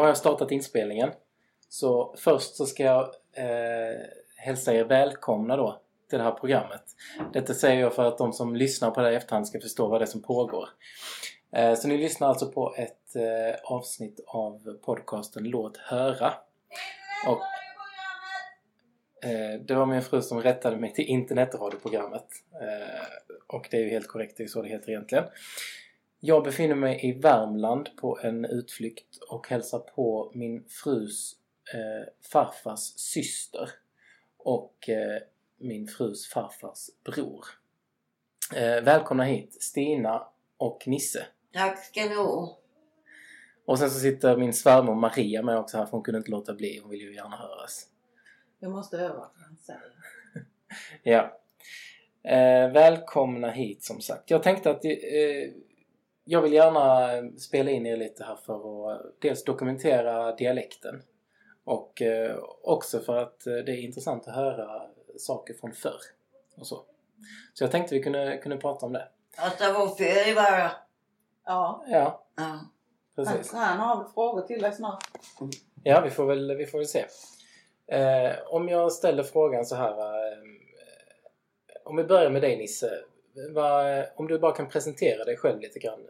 jag startat inspelningen. Så först så ska jag hälsa er välkomna då till det här programmet. Detta säger jag för att de som lyssnar på det här efterhand ska förstå vad det är som pågår. Så ni lyssnar alltså på ett avsnitt av podcasten Låt höra. Och det var min fru som rättade mig till internetradioprogrammet. Och det är ju helt korrekt, det är så det heter egentligen. Jag befinner mig i Värmland på en utflykt och hälsar på min frus farfars syster och min frus farfars bror. Välkomna hit Stina och Nisse. Tack ska ni ha. Och sen så sitter min svärmor Maria med också här, för hon kunde inte låta bli, hon vill ju gärna höras. Jag måste öva vad han säger. Ja. Välkomna hit som sagt. Jag tänkte att jag vill gärna spela in er lite här för att dels dokumentera dialekten. Och också för att det är intressant att höra saker från förr och så. Så jag tänkte vi kunde prata om det. Att det var förr bara. Ja. Ja. Ja. Precis. Han har väl frågor till dig snart. Ja, vi får väl se. Om jag ställer frågan så här. Om vi börjar med dig Nisse. Om du bara kan presentera dig själv lite grann.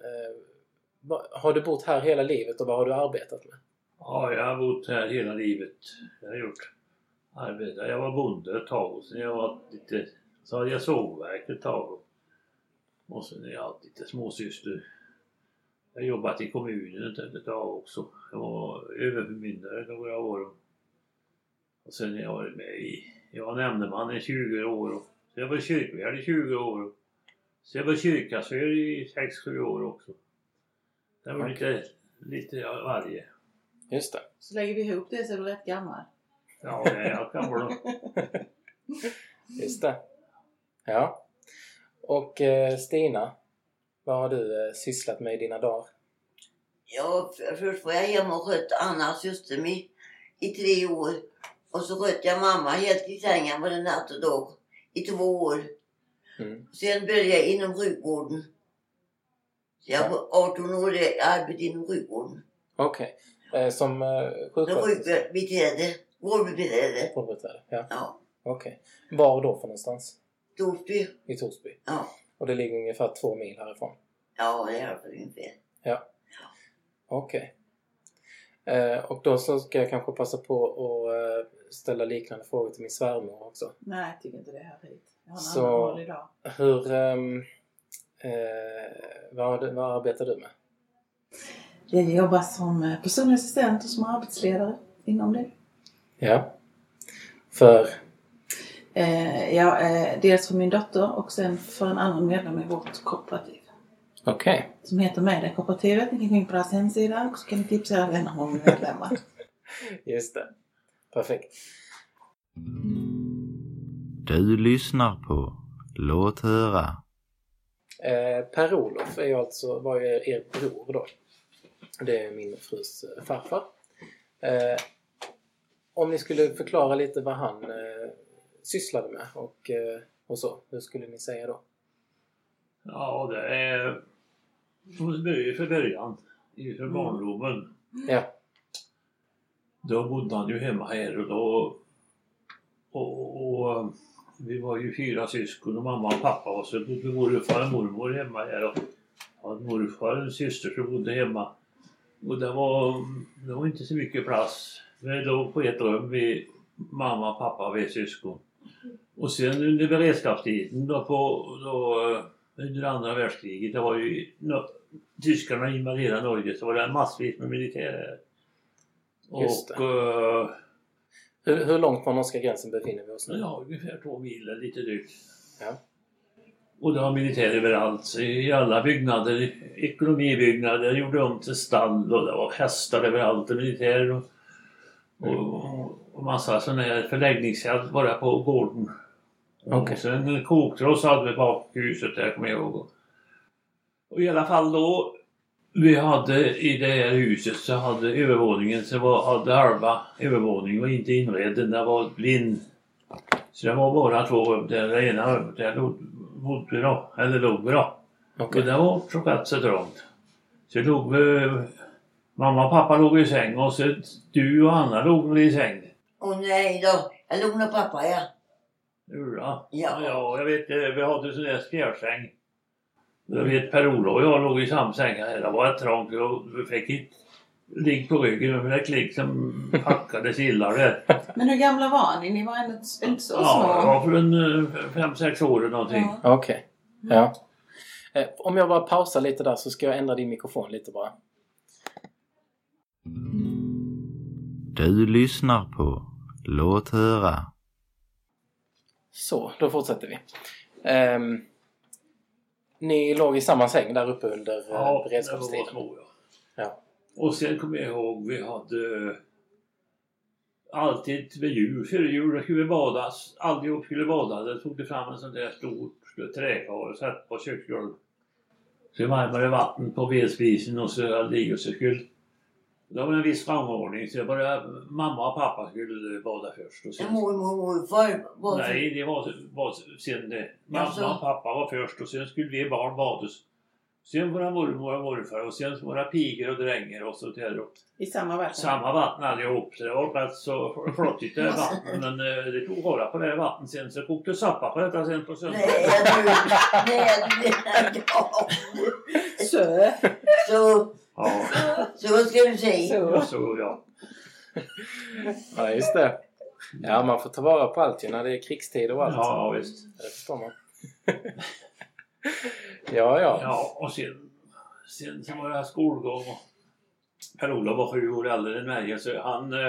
Har du bott här hela livet och vad har du arbetat med? Ja, jag har bott här hela livet. Jag har gjort arbete. Jag var bonde ett tag och sen så hade jag sågverk ett tag. Och sen är jag alltid lite småsyster. Jag har jobbat i kommunen ett tag också. Jag var överförmyndare några år. Och sen har jag varit med jag var nämndeman i 20 år. Så jag var kyrkvärd i 20 år. Så jag var kyrkasvärd i 6-7 år också. Det var lite av varje. Just det. Så lägger vi ihop det så är du rätt gammal. Ja, jag kan vara. Just det. Ja. Och Stina, vad har du sysslat med i dina dagar? Ja, först var jag hemma och skötte Annas syster i 3 år. Och så skötte jag mamma helt i sängen både natt och dag i 2 år. Sen började jag inom sjukvården. Så jag var 18 år i arbete inom sjukvården. Okej. Som sjukvårdsbiträde. Vårdbiträde. Vårdbiträde, ja. Ja. Okej. Var då för någonstans? Torsby. I Torsby. Ja. Och det ligger ungefär 2 mil härifrån? Ja, det är det ungefär. Ja. Okej. Och då så ska jag kanske passa på att ställa liknande frågor till min svärmor också. Nej, jag tycker inte det här hit. Jag har en så, annan roll idag. Vad arbetar du med? Jag jobbar som personlig assistent och som arbetsledare inom det. Ja. För? Dels för min dotter och sen för en annan medlem i vårt kooperativ. Okej. Som heter Mediekooperativet. Ni kan gå in på deras hemsida och så kan ni tipsa era vänner om medlemmar. Just det. Perfekt. Du lyssnar på Låt höra. Per-Olof var ju er bror då. Det är min frus farfar. Om ni skulle förklara lite vad han sysslade med och så. Hur skulle ni säga då? Ja, det är för början. För barndomen. Ja. Då bodde han ju hemma här och vi var ju 4 syskon och mamma och pappa och så bodde morfar och mormor hemma här och morfar och en syster som bodde hemma. Och det var inte så mycket plats. Vi låg på ett rum, vi mamma, pappa och vi syskon. Och sen under beredskapstiden under andra världskriget, det var ju tyskarna invaderade Norge, så var det massvis med militär. Just det. Och hur långt från norska gränsen befinner vi oss nu? ja, ungefär 2 mil, lite drygt. Ja. Och det var militär överallt, i alla byggnader, ekonomibyggnader, gjorde om till stall och det var hästar överallt, militär och massa sådana här förläggningshjälp bara på gården. Okay. Och sen koktross hade vi bak huset där, kommer jag ihåg. Och i alla fall då, vi hade i det här huset så hade övervåningen, hade halva övervåningen var inte inredd, den var blind. Så det var bara 2 rum där, det ena där bodde vi då, eller låg vi då. Okay. Och det var också rätt så trångt. Så låg vi Mamma och pappa låg i säng och så du och Anna låg i säng. Och nej då, jag låg med pappa, ja. Ja, Ja. jag vet, vi hade sån där skärsäng. Jag vet Per-Olof och jag låg i samma säng här. Det var ett trångt och vi fick inte ligga på ryggen med det liksom packades illa där. Men hur gamla var ni? Ni var ändå inte så små. Ja, det var för en 5-6 år eller någonting. Ja. Okej. Ja. Om jag bara pausar lite där så ska jag ändra din mikrofon lite bara. Du lyssnar på Låt höra. Så, då fortsätter vi. Ni låg i samma säng där uppe under beredskapstiden. Det var små, Ja. Och sen kommer jag ihåg, vi hade alltid vid jul, före jul skulle vi bada, allihop skulle bada. Då tog det fram en sån där stor träkar och satt på köksgolv. Så varmade vatten på vedspisen och så ligger och så skulle. Det var en viss framordning så bara mamma och pappa skulle bada först. Och sen, morfar. nej, det var sen det. Mamma och pappa var först och sen skulle vi barn badas. Sen var det mormor och morfar och sen var det pigor och dränger och så där. I samma vatten? Samma vatten allihop. Så det var rätt så flottigt det vatten. Men det tog hålla på det här vatten sen så kokte soppa på detta sen på söndag. Så ska du säga. Så ja. Ja, just det. Ja, man får ta vara på allt ju när det är krigstid och allt. Ja, visst. Det förstår man. Ja. Ja, och sen så var det här skolgång. Per-Olof var 7 år äldre än mig. Så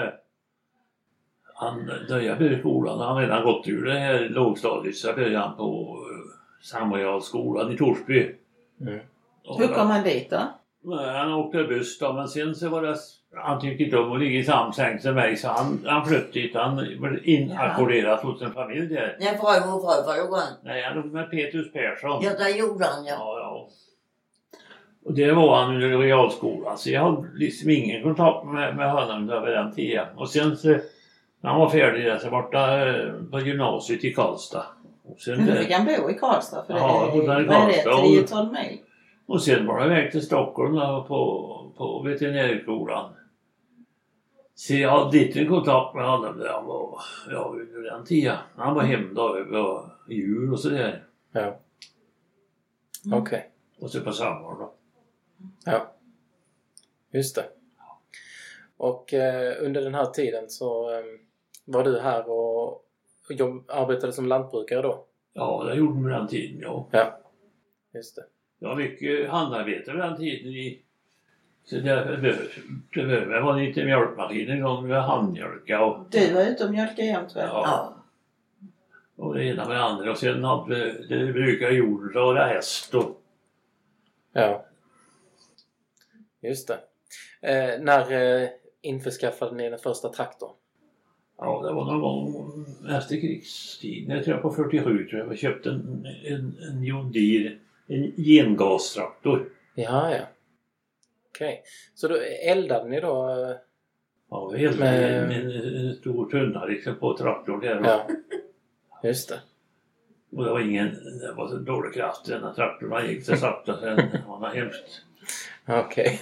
då jag började skolan. Han redan gått ur det här lågstadiet. Så började han på Samhällsskolan i Torsby. Mm. Hur kom han dit då? Han åkte buss då, men sen så var det, han tyckte inte om att ligga i samma säng som mig så han flyttade dit, han var inackorderad hos en familj där. Nej, farfar låg han. Nej, han låg med Petrus Persson. Ja, det gjorde han, ja. Ja. Och det var han under realskolan, så jag hade liksom ingen kontakt med honom över den tiden. Och sen så, när han var färdig där så borta på gymnasiet i Karlstad. Och sen Nu fick han bo i Karlstad för ja, det är 10-12 mil. Och sen var jag väg till Stockholm på veterinärskolan. Så jag hade lite kontakt med honom där han var under den tiden. Han var hem då över jul och sådär. Ja. Okej. Och så på sommaren då. Ja. Just det. Och under den här tiden så var du här och arbetade som lantbrukare då? Ja, det gjorde med den tiden, ja. Ja. Just det. Jag var mycket handarbete med den tiden så det var lite mjölkmaskiner igång med handmjölka och... Du var ute och mjölkade jämt väl? Ja. Och det ena med det andra och sen hade det brukade jorden så var det häst och... Ja. Just det. När införskaffade ni den första traktorn? Ja, det var någon gång efter krigstiden. Jag tror jag på 47 tror jag köpte en John Deere, en gengastraktor. Ja. Okej. Så då eldade ni då? Ja, vi eldade en stor tunna liksom på traktorn där. Ja, just det. Och det var så dålig kraft i den här traktorn. Han gick så sakta sen. Han var hemskt. Okej.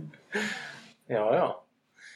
Ja.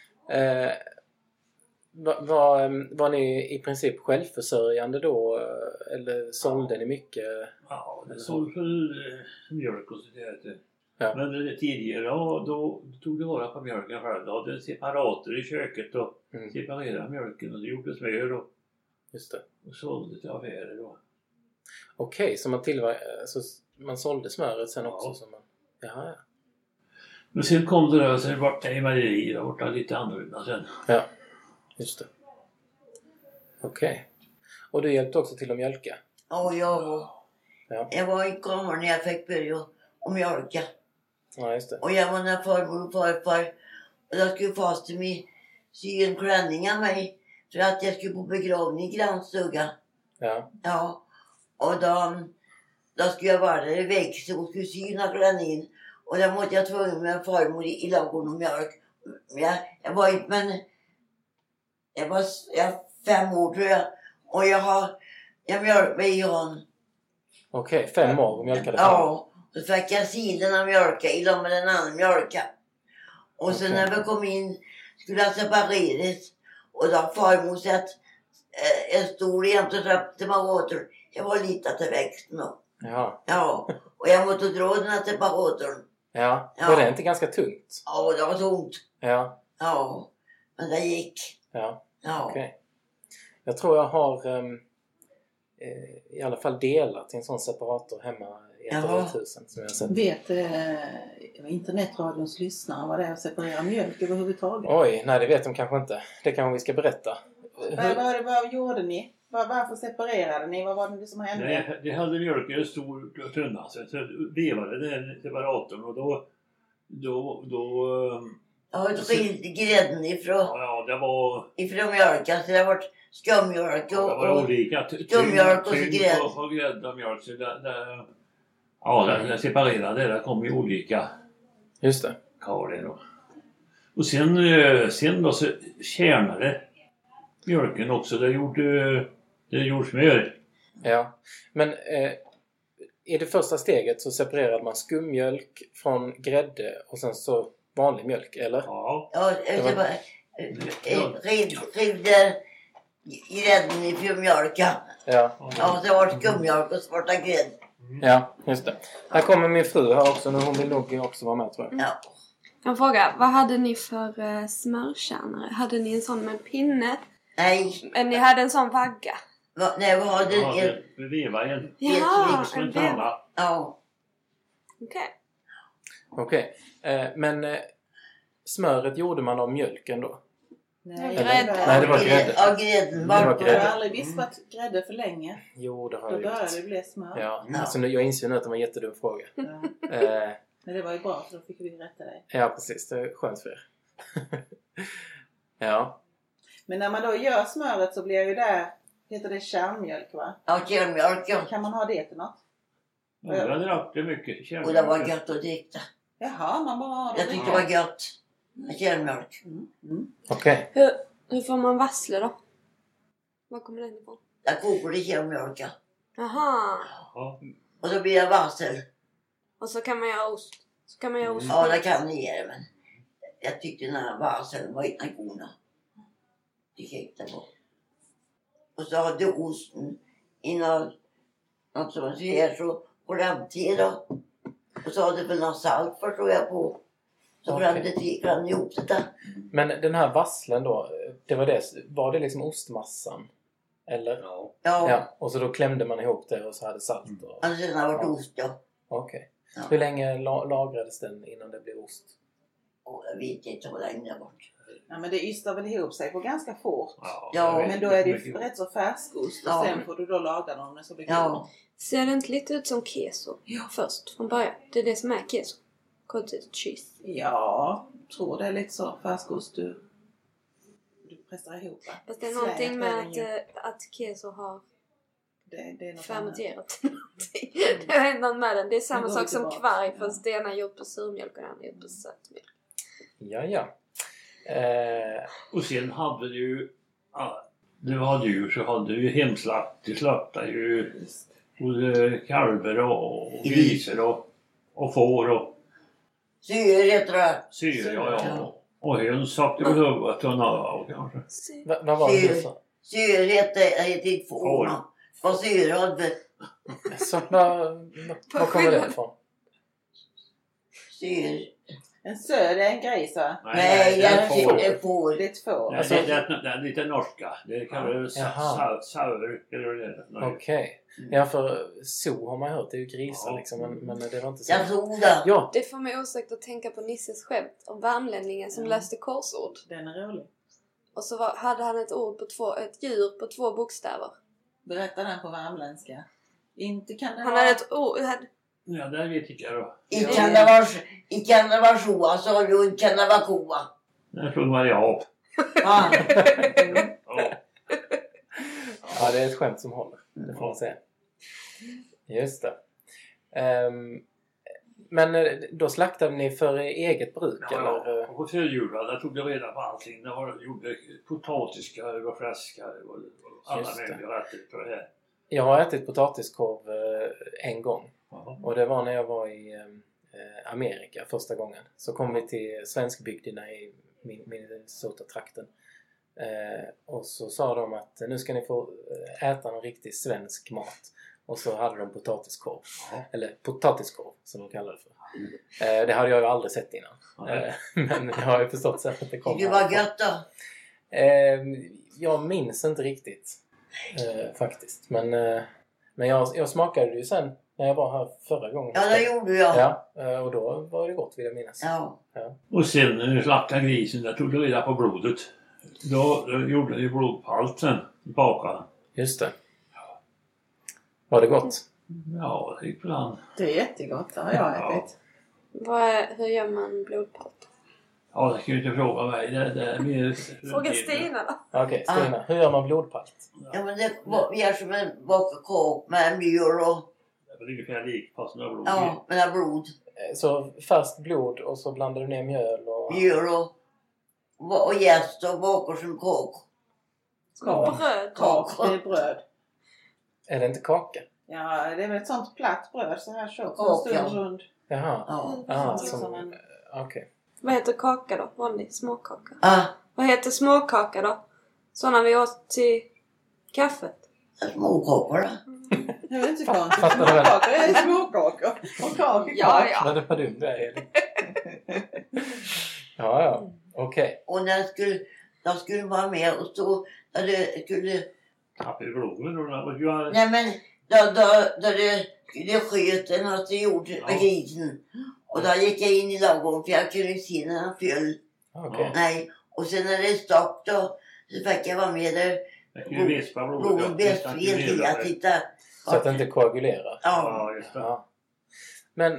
Var ni i princip självförsörjande då? Eller sålde ni mycket? Ja, det sålde för mjölk och sådär. Ja. Men tidigare då tog det vara på mjölken själv. Då hade separator i köket och separerade mjölken och det gjorde smör och, just det. Och sålde till affärer då. Okej, så man sålde smöret sen också? Ja. Så man, ja. Men sen kom det där, sen vart det i mejeri, det vart lite annorlunda sen. Ja, just det. Okej. Och du hjälpte också till att mjölka? Ja, jag var i kameran när jag fick börja och mjölka. Ja, just det. Och jag var när farmor och farfar. Och jag skulle fast till mig sy en klänning av mig. För att jag skulle på begravning i grannstuga. Ja. Ja. Och då skulle jag vara där i växel och skulle sy den här klänningen. Och då måste jag tvungen med farmor i ladugården och mjölk. Jag var inte, men jag var 5 år tror jag. Och jag mjölkade mig i hon. Okej, 5 år och mjölkade? Ja. Så fick jag sidan av mjölka i dem med den andra mjölka. Och sen när vi kom in skulle jag separeras. Och då har farmor sett en stor jämte till separatorn. Jag var lite till växten då. Ja. Ja, och jag måste dra den här separatorn. Ja. Ja. Var det inte ganska tungt? Ja, det var tungt. Ja. Ja, men det gick. Ja. Ja. Okej. Jag tror jag har i alla fall delat i en sån separator hemma i ett av husen som jag har sett. Vet internetradions lyssnare vad det är att separera mjölk överhuvudtaget? Oj, nej det vet de kanske inte. Det kanske vi ska berätta. Vad gjorde ni? Varför separerade ni? Vad var det som hände? Det hade mjölk i en stor tunna. Så vevade den separatorn och då Jag har skilt grädden ifrån. Ja, det var... Ifrån mjölken. Så det har varit skummjölk Det var olika. skummjölk och så grädd. Och grädde och mjölk. Så det separerade. Det kom ju olika Just det. kar då. Och sen då så kärnade mjölken också. Det gjorde smör. Ja. Men i det första steget så separerade man skummjölk från grädde och sen så vanlig mjölk, eller? Ja. Ja, det var rivde grädden ifrån mjölken. Ja. Ja, så var det skummjölk och svarta grädd. Ja, just det. Här kommer min fru här också. Nu hon vill nog också vara med, tror jag. Ja. Jag frågar, vad hade ni för smörkärnare? Hade ni en sån med en pinne? Nej. Men ni hade en sån vagga? Nej, vi hade Vi vevade en. Ja, En tunna. Ja. Okej. Okej. Men smöret gjorde man av mjölken då? Nej, Grädde. Nej, det var grädde. Ja, grädden Det var var grädde. Jag har aldrig vispat grädde för länge. Jo, det har Då jag började gjort. det bli smör. Ja, Ja. alltså, jag inser nu att det var en jättedum fråga. Ja. Eh, Men det var ju bra för då fick vi rätta dig. ja, precis. Det är skönt för er. Ja. Men när man då gör smöret så blir ju det, heter det kärnmjölk va? Ja, kärnmjölk, ja. Kan man ha det till något? Ja, jag drack det mycket. Och det var gött att dricka. Jaha, man bara har det. Jag tyckte det var gött med kärnmjölk. Okej. Hur får man vassle då? Var kommer den ifrån? Jag kokade kärnmjölk, ja. Jaha. Ja. Och så blir det vassel. Och så kan man göra ost. Så kan man göra ost. Ja, det kan ni göra, men jag tyckte den här vasseln var inte goda. Det gick det på. Och så hade osten innan något som man ser så på den tiden. Och så hade väl något salt förstår jag på. Så brann ihop det där. Men den här vasslen då, var det liksom ostmassan? Eller? Ja. Ja, Ja. Och så då klämde man ihop det och så hade salt och... och sen har det varit ost, ja. Okej. Ja. Hur länge lagrades den innan det blev ost? Och jag vet inte hur länge det var. Ja, men det ystar väl ihop sig på ganska fort. Ja, jag vet Men då är det inte ju mycket. rätt så färskost och Ja. sen får du då laga dem när så blir Ja. Ser det inte lite ut som keso? Först, från början. Det är det som är keso. Cottage cheese. Ja, tror det är lite så färskost du pressar ihop va? Fast det är Slät någonting med den ju. att keso har Det är något annat. fermenterat. Det är något med den. Det är samma Det går sak lite som bak. kvarg. Ja. Fast det ena är gjort på surmjölk och det andra är gjort på sötmjölk. Ja. Och sen hade du ju... Ja, du hade djur så hade du ju hemslakt. Du slaktade ju både kalvar och grisar och får och Syre heter det. syr. Ja. Och höns satte du huvudet och növ kanske. Vad var det du sa? Syre heter inte får. Vad syre hade Så, vad kommer det ifrån? syre. En söd är en gris va? Nej, det är jag får. tyckte får. Det är ett får. Nej, det är lite norska. Det kallas Jaha. sauer. Eller det. Okej. Ja, för so har man hört. Det är ju grisar Ja. liksom. Men det var inte så. Jag såg det. Ja. Det får mig osökt att tänka på Nisses skämt om värmlänningen som löste korsord. Den är rolig. Och så hade han ett djur på 2 bokstäver. Berätta den på värmländska. Inte kan det Han vara... hade ett ord... Ja, det vet inte jag då. I kan det vara så, så har du inte kan det vara koa. Det tror man ja. Ja. Ja. Ja, det är ett skämt som håller. Det får man säga. Just det. Men då slaktade ni för eget bruk? Ja, eller? och på förhjular där tog jag reda på allting. Jag gjorde potatiskorv och fläskar och alla Just det. möjliga rätter på det här. Jag har ätit potatiskorv en gång. Jaha. Och det var när jag var i Amerika första gången. Så kom vi till svenskbygderna i Minnesota-trakten. Och så sa de att nu ska ni få äta någon riktig svensk mat. Och så hade de potatiskorv. Eller potatiskorv som de kallar det för. Det hade jag ju aldrig sett innan. Men jag har ju förstått sen att det kommer. Det var gött då. Jag minns inte riktigt faktiskt. Men jag smakade det ju sen när jag var här förra gången. Ja, det gjorde jag. Ja, och då var det gott vill jag minnas. Ja. Och sen när du slaktade grisen, där tog du reda på blodet. Då gjorde du blodpalt sen, bakade. Just det. Var det gott? Ja, det gick ibland. Det är jättegott, det har jag ätit. Hur gör man blodpalt? Ja, det ska ju inte fråga mig. Det är mer... Fråga Stina då. Okej, Stina. Hur gör man blodpalt? Ja, men det gör som en bakkåk med mjöl och... Det är ungefär lik fast med blod. Ja, med blod. Så färskt blod och så blandar du ner mjöl och... Mjöl och jäst och bakar som kåk. Bröd. Det är bröd. Är det inte kaka? Ja, det är väl ett sånt platt bröd så här tjockt. En Kaka. stund rund. Jaha. Ja. Okej. Vad heter kaka då? Vanlig småkaka. Vad heter småkaka då? Sådana vi åt till kaffet. Småkakor då. Det är väl inte konstigt. Fattar du väl? Småkakor är småkakor. Och kaka är kaka. Vad är det för dum du är, Elin? Ja. Okej. Och de skulle vara med och stå där det skulle... Tappade blodet då? Nej men, det sköt en att det gjorde med grisen. Och då gick jag in i lagom för jag kunde se när han föll. Okej. Nej, och sen när det stopp då så fick jag vara med där. Jag kunde vispa blodet. Blodet bäst fel att titta. Så att det inte koagulerar. Ja. Ja, just det. Ja. Men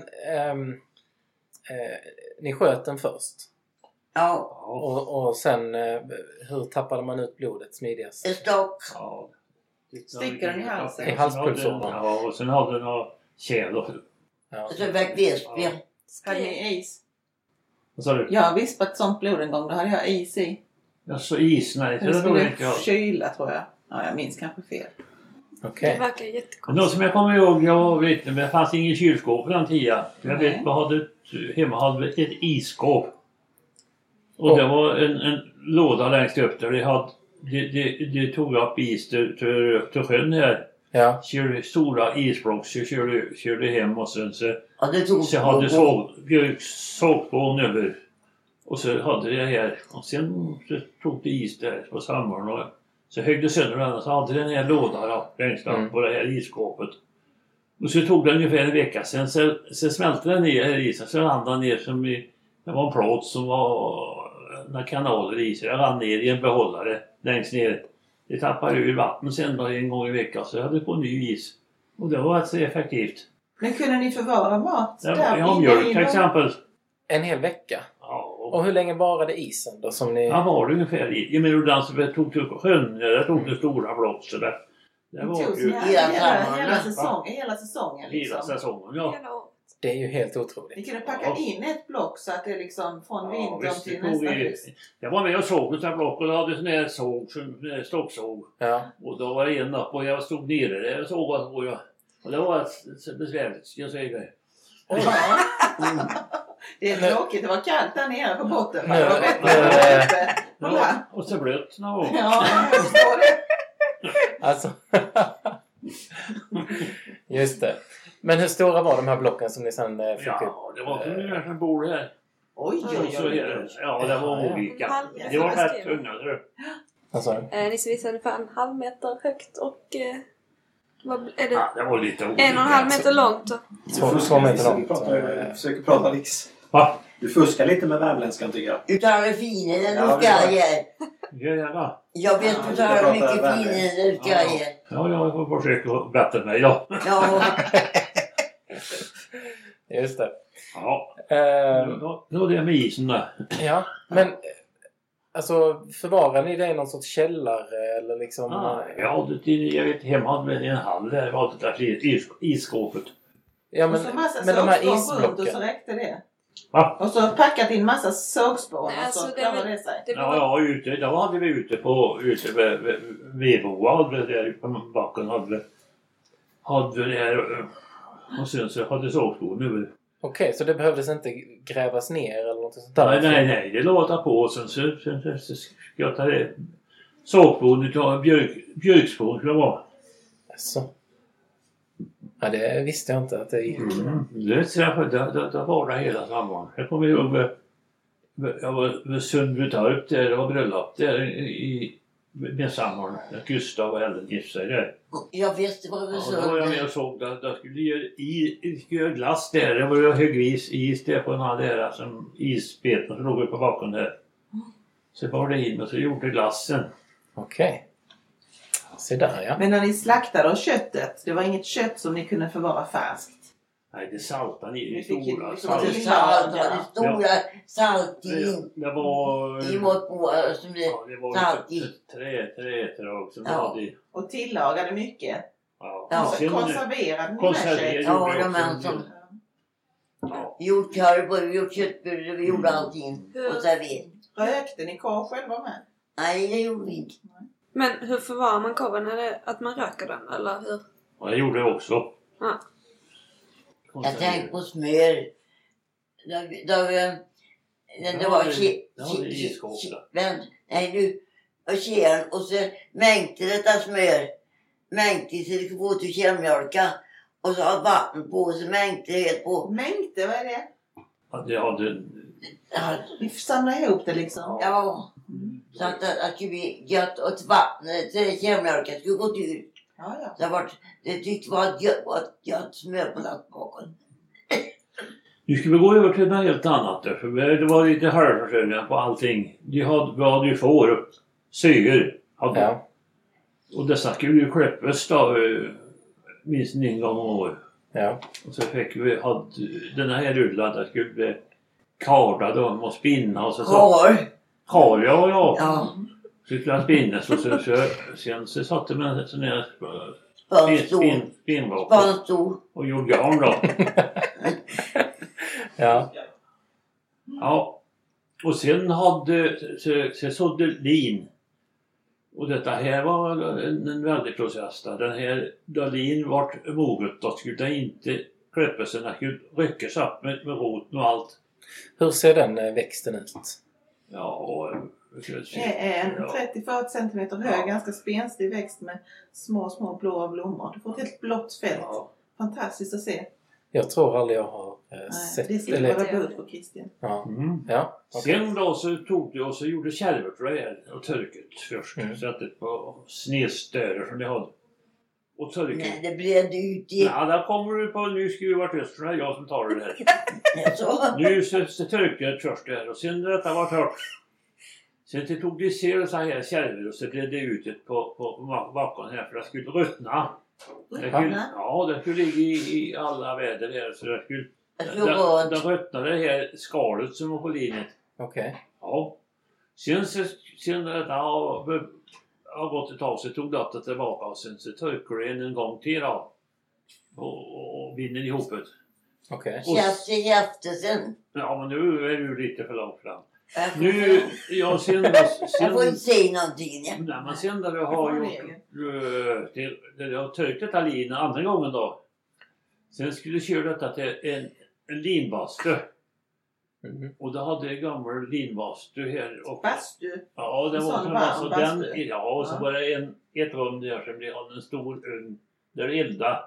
ni sköt den först. Ja, Och sen hur tappade man ut blodet smidigast? en stock. Ja. Sticker den i halsen? I halspulsådern. Ja, och sen hade den några kärl och... Ja. Och så fick Vesby. Hade ni is? Vad sa du? Jag har vispat sånt blod en gång. Då hade jag is i. Ja, så is, nej. Det Det var skulle inte jag. kyla tror jag. Ja, jag minns kanske fel. Okej. Det verkar Men jättekonstigt. då som jag kommer ihåg, jag vet inte, men det fanns ingen kylskåp på den tiden. Jag vet, hemma hade vi ett isskåp. Och det var en låda längst upp där det tog upp is till sjön här. Ja. Körde stora isblock så körde hem och sen så hade sågspån över. Och så hade det här. Och sen så tog det is där på sommaren och så högde sönder den och så hade den här lådan längst upp på det här isskåpet. Och så tog det ungefär en vecka sen så smälte den ner här isen så rann den ner som det var en plåt som var några kanaler i sig. Jag rann ner i en behållare längst ner. Det tappade ur vatten sen då en gång i veckan så jag hade på ny is. Och det var alltså effektivt. Men kunde ni förvara mat? Ja, mjölk till exempel. En hel vecka? Ja. Och hur länge varade isen då som ni... Ja, var det ungefär i. Jag menar, den som tog till sjön, där tog det stora block så där. Det var ju hela säsongen liksom. hela säsongen, ja. Det är ju helt otroligt. Ni kunde packa in ett block så att det liksom från vintern till det nästa hus. Jag var med och såg ett där block och hade sån här såg, stocksåg. Ja. Och då var det en upp och jag stod nere där och såg att och det var besvärligt, jag säger det. Det är tråkigt, det var kallt där nere på botten. Och så blött någon gång. Ja, jag förstår det. Alltså. Just det. Men hur stora var de här blocken som ni sen fick upp? Ja, det var ungefär som bor här. Oj. Ja, det var olika. Det var rätt tunga. Alltså. Ni ska visa ungefär 1,5 meter högt och vad är det? Det var lite 1,5 meter långt då. 2 meter långt. Försöker prata riks. Va? Du fuskar lite med värmländskan tycker jag. Du talar finare än du ska ge. Ja. Jag vet du talar mycket finare än du ska ge. Ja, jag får försöka bättre mig då. Ja. Just det. Ja. Då är det med isen där. Ja, men alltså förvarar ni det i någon sorts källare eller liksom? Ja, jag vet hemma hade vi en hall där. Var det där isskåpet. Ja, men de här isblocken. Och så räckte det. Va? Och så packat in massa sågspån och Alltså, så klarade det sig. Ja, ute. Då hade vi ute vid vedboa där på backen hade vi det här och sen så hade sågspån över. Okej, så det behövdes inte grävas ner eller något sånt där? Nej, det låter på och sen så ska jag ta det. Sågspån utav björkspån skulle det vara. Så. Ja, det visste jag inte att det gick. Det var det hela sommaren. Jag kommer ihåg jag var vid Sundbytorp där, det var bröllop där i midsommar. Gustav och Ellen gifte sig där. Jag visste vad det Ja, då var jag med och såg det skulle göra glass där. Det var högvis is där på den här där som isbeten som låg på bakom där. Så var det in och så gjorde glassen. Okej. Se där ja. Men när ni slaktade av köttet, det var inget kött som ni kunde förvara färskt? Nej, det saltade ni i Ni fick stora ju- salt. Det stora salt Det var... i vårt bord som det Ja, det var salt i. trädrag som Ja. vi hade i. Och tillagade mycket? Ja. Ja. Så Sen- konserverade ni med konserverade sig? gjorde Ja, jag de här också. som- Ja. gjort korv, vi gjort köttbullar, vi gjorde allting. Och servering. Rökte ni korv själva med? Nej, det gjorde vi inte. Men hur förvarar man korven? Är det att man röker den eller hur? Ja, det gjorde jag också. Ja. Jag tänkte på smör. Det var kärn och så mängde detta smör. Mängde så det kunde få till kärnmjölka. Och så har vatten på och så mängde helt på. Mängde, vad är det? Ja, det hade... Ja, Ni samlar ihop det liksom? ja. Så att det skulle bli gött och ett vatten så kärnmjölka skulle gå ut. Ja, ja. Det tyckte var ett gött smör på lastbaken. Nu ska vi gå över till något helt annat där, för det var lite halvförsörjning på allting. Vi hade ju får, syr, hade. Ja. Och dessa skulle ju klippas då minst en gång om året. Ja. Och så fick vi, den här rullen, där skulle bli kardad och spinna och så. Kar, ja. Ja. Så skulle jag spinnas och sen så satte man en sån här spinnrock Spanstor. och gjorde garn då. Ja. Ja. Och sen så sådde lin. Och detta här var en väldig process där. Den här, då lin vart moget, då skulle det inte klippas, den skulle ryckas upp med roten och allt. Hur ser den växten ut? Ja, och... Det är en 30-40 centimeter hög, Ja. ganska spenstig växt med små blåa blommor. Du får ett helt blått fält. Ja. Fantastiskt att se. Jag tror aldrig jag har Nej, sett... det ska eller, vara gå ut på Christian. ja. Mm. Ja. okej. Sen då så tog det och så gjorde kärvor för det här och törket först. Mm. Satte på snedstöder som de hade. Och törket. Nej, det blev ut i. Ja, där kommer du på, nu ska vi vara tyst för det är jag som tar det här. Så. Nu så törket först där och sen detta var torrt. Sen det tog det ser så här kärvor och så blev det ut på bakom här för det skulle ruttna. Det skulle, ja, det skulle ligga i alla väder här så det skulle... Det ruttnade det här skalet som var på linjen. Okej. Ja. Sen detta har gått ett tag så tog det tillbaka och sen så torkade det en gång till då. Och vinner ihop det. Okej. Käften. Ja, men nu är du lite för långt fram. Nu. Nu, ja, sen Jag får inte säga någonting. nej, men sen när du har gjort det har töjt detta lin andra gången då. Sen skulle du köra detta till en linbastu. Mm. Och då hade jag gammal linbastu här. Och, Bastu. ja, det En var sån som varm alltså den, bastu. ja, och så Ja. var det ett rum där som det hade en stor ugn där det eldade.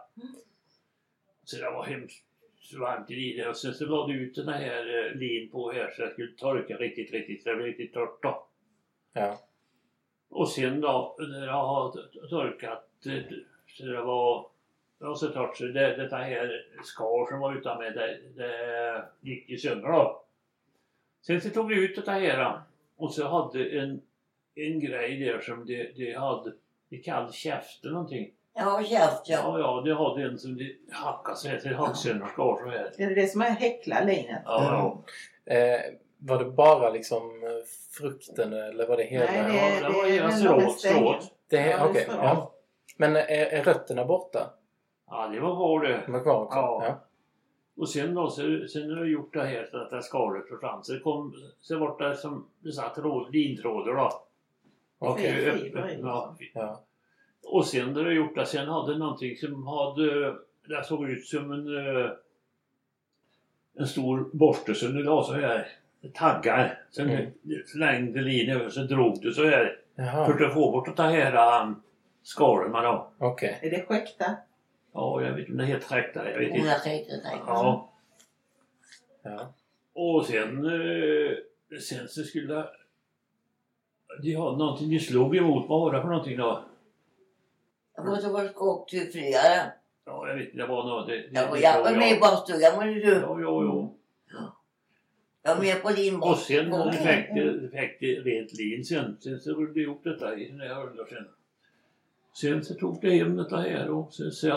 Så det var hemskt varmt i det. Och sen så la du ut den här lin på här så jag skulle torka riktigt så det blev riktigt torrt då. Ja. Och sen då när jag har torkat så det var så torrt så detta här skar som var utan med det gick i sönder då. Sen så tog vi ut det här och så hade en grej där som det hade, det kallade käften någonting. Ja, käft ja. Ja, det hade en som det hackade sig till hacksönder skar så här. Är det det som är häckla linet? Ja. Var det bara liksom frukten eller var det hela? Nej, Ja, det var är hela den långa strået. stängen. Det är, Ja, det okej. står. Ja. Men är rötterna borta? Ja, det var kvar det. De är kvar också? Ja. Ja. Och sen då, sen har jag gjort det här så att det skalet försvann. Så vart det som det satt lintrådar då. Och Fibrer i. ja. Ja. Och sen har jag gjort det, sen hade någonting som hade, det såg ut som en stor borste som du la så här taggar. Sen slängde lin över så drog du så här. Jaha. För att få bort att ta här skalen man då. Okej. Är det skäkta? Ja, jag vet inte om det heter träkta. Jag vet inte. Jag tänkte. Ja. Ja. Och sen så skulle de ha någonting de slog emot. Vad var det för någonting då? Jag måste vara skogstufriare. Ja, jag vet inte. Det var något. Jag var med i badstugan, var det du? Jo. Jag var med på din Och sen när badstugan. du fick det rent lin sen så rullade du ihop detta i den här hörnan sen. Sen så tog det hem detta här och sen så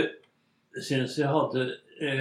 hade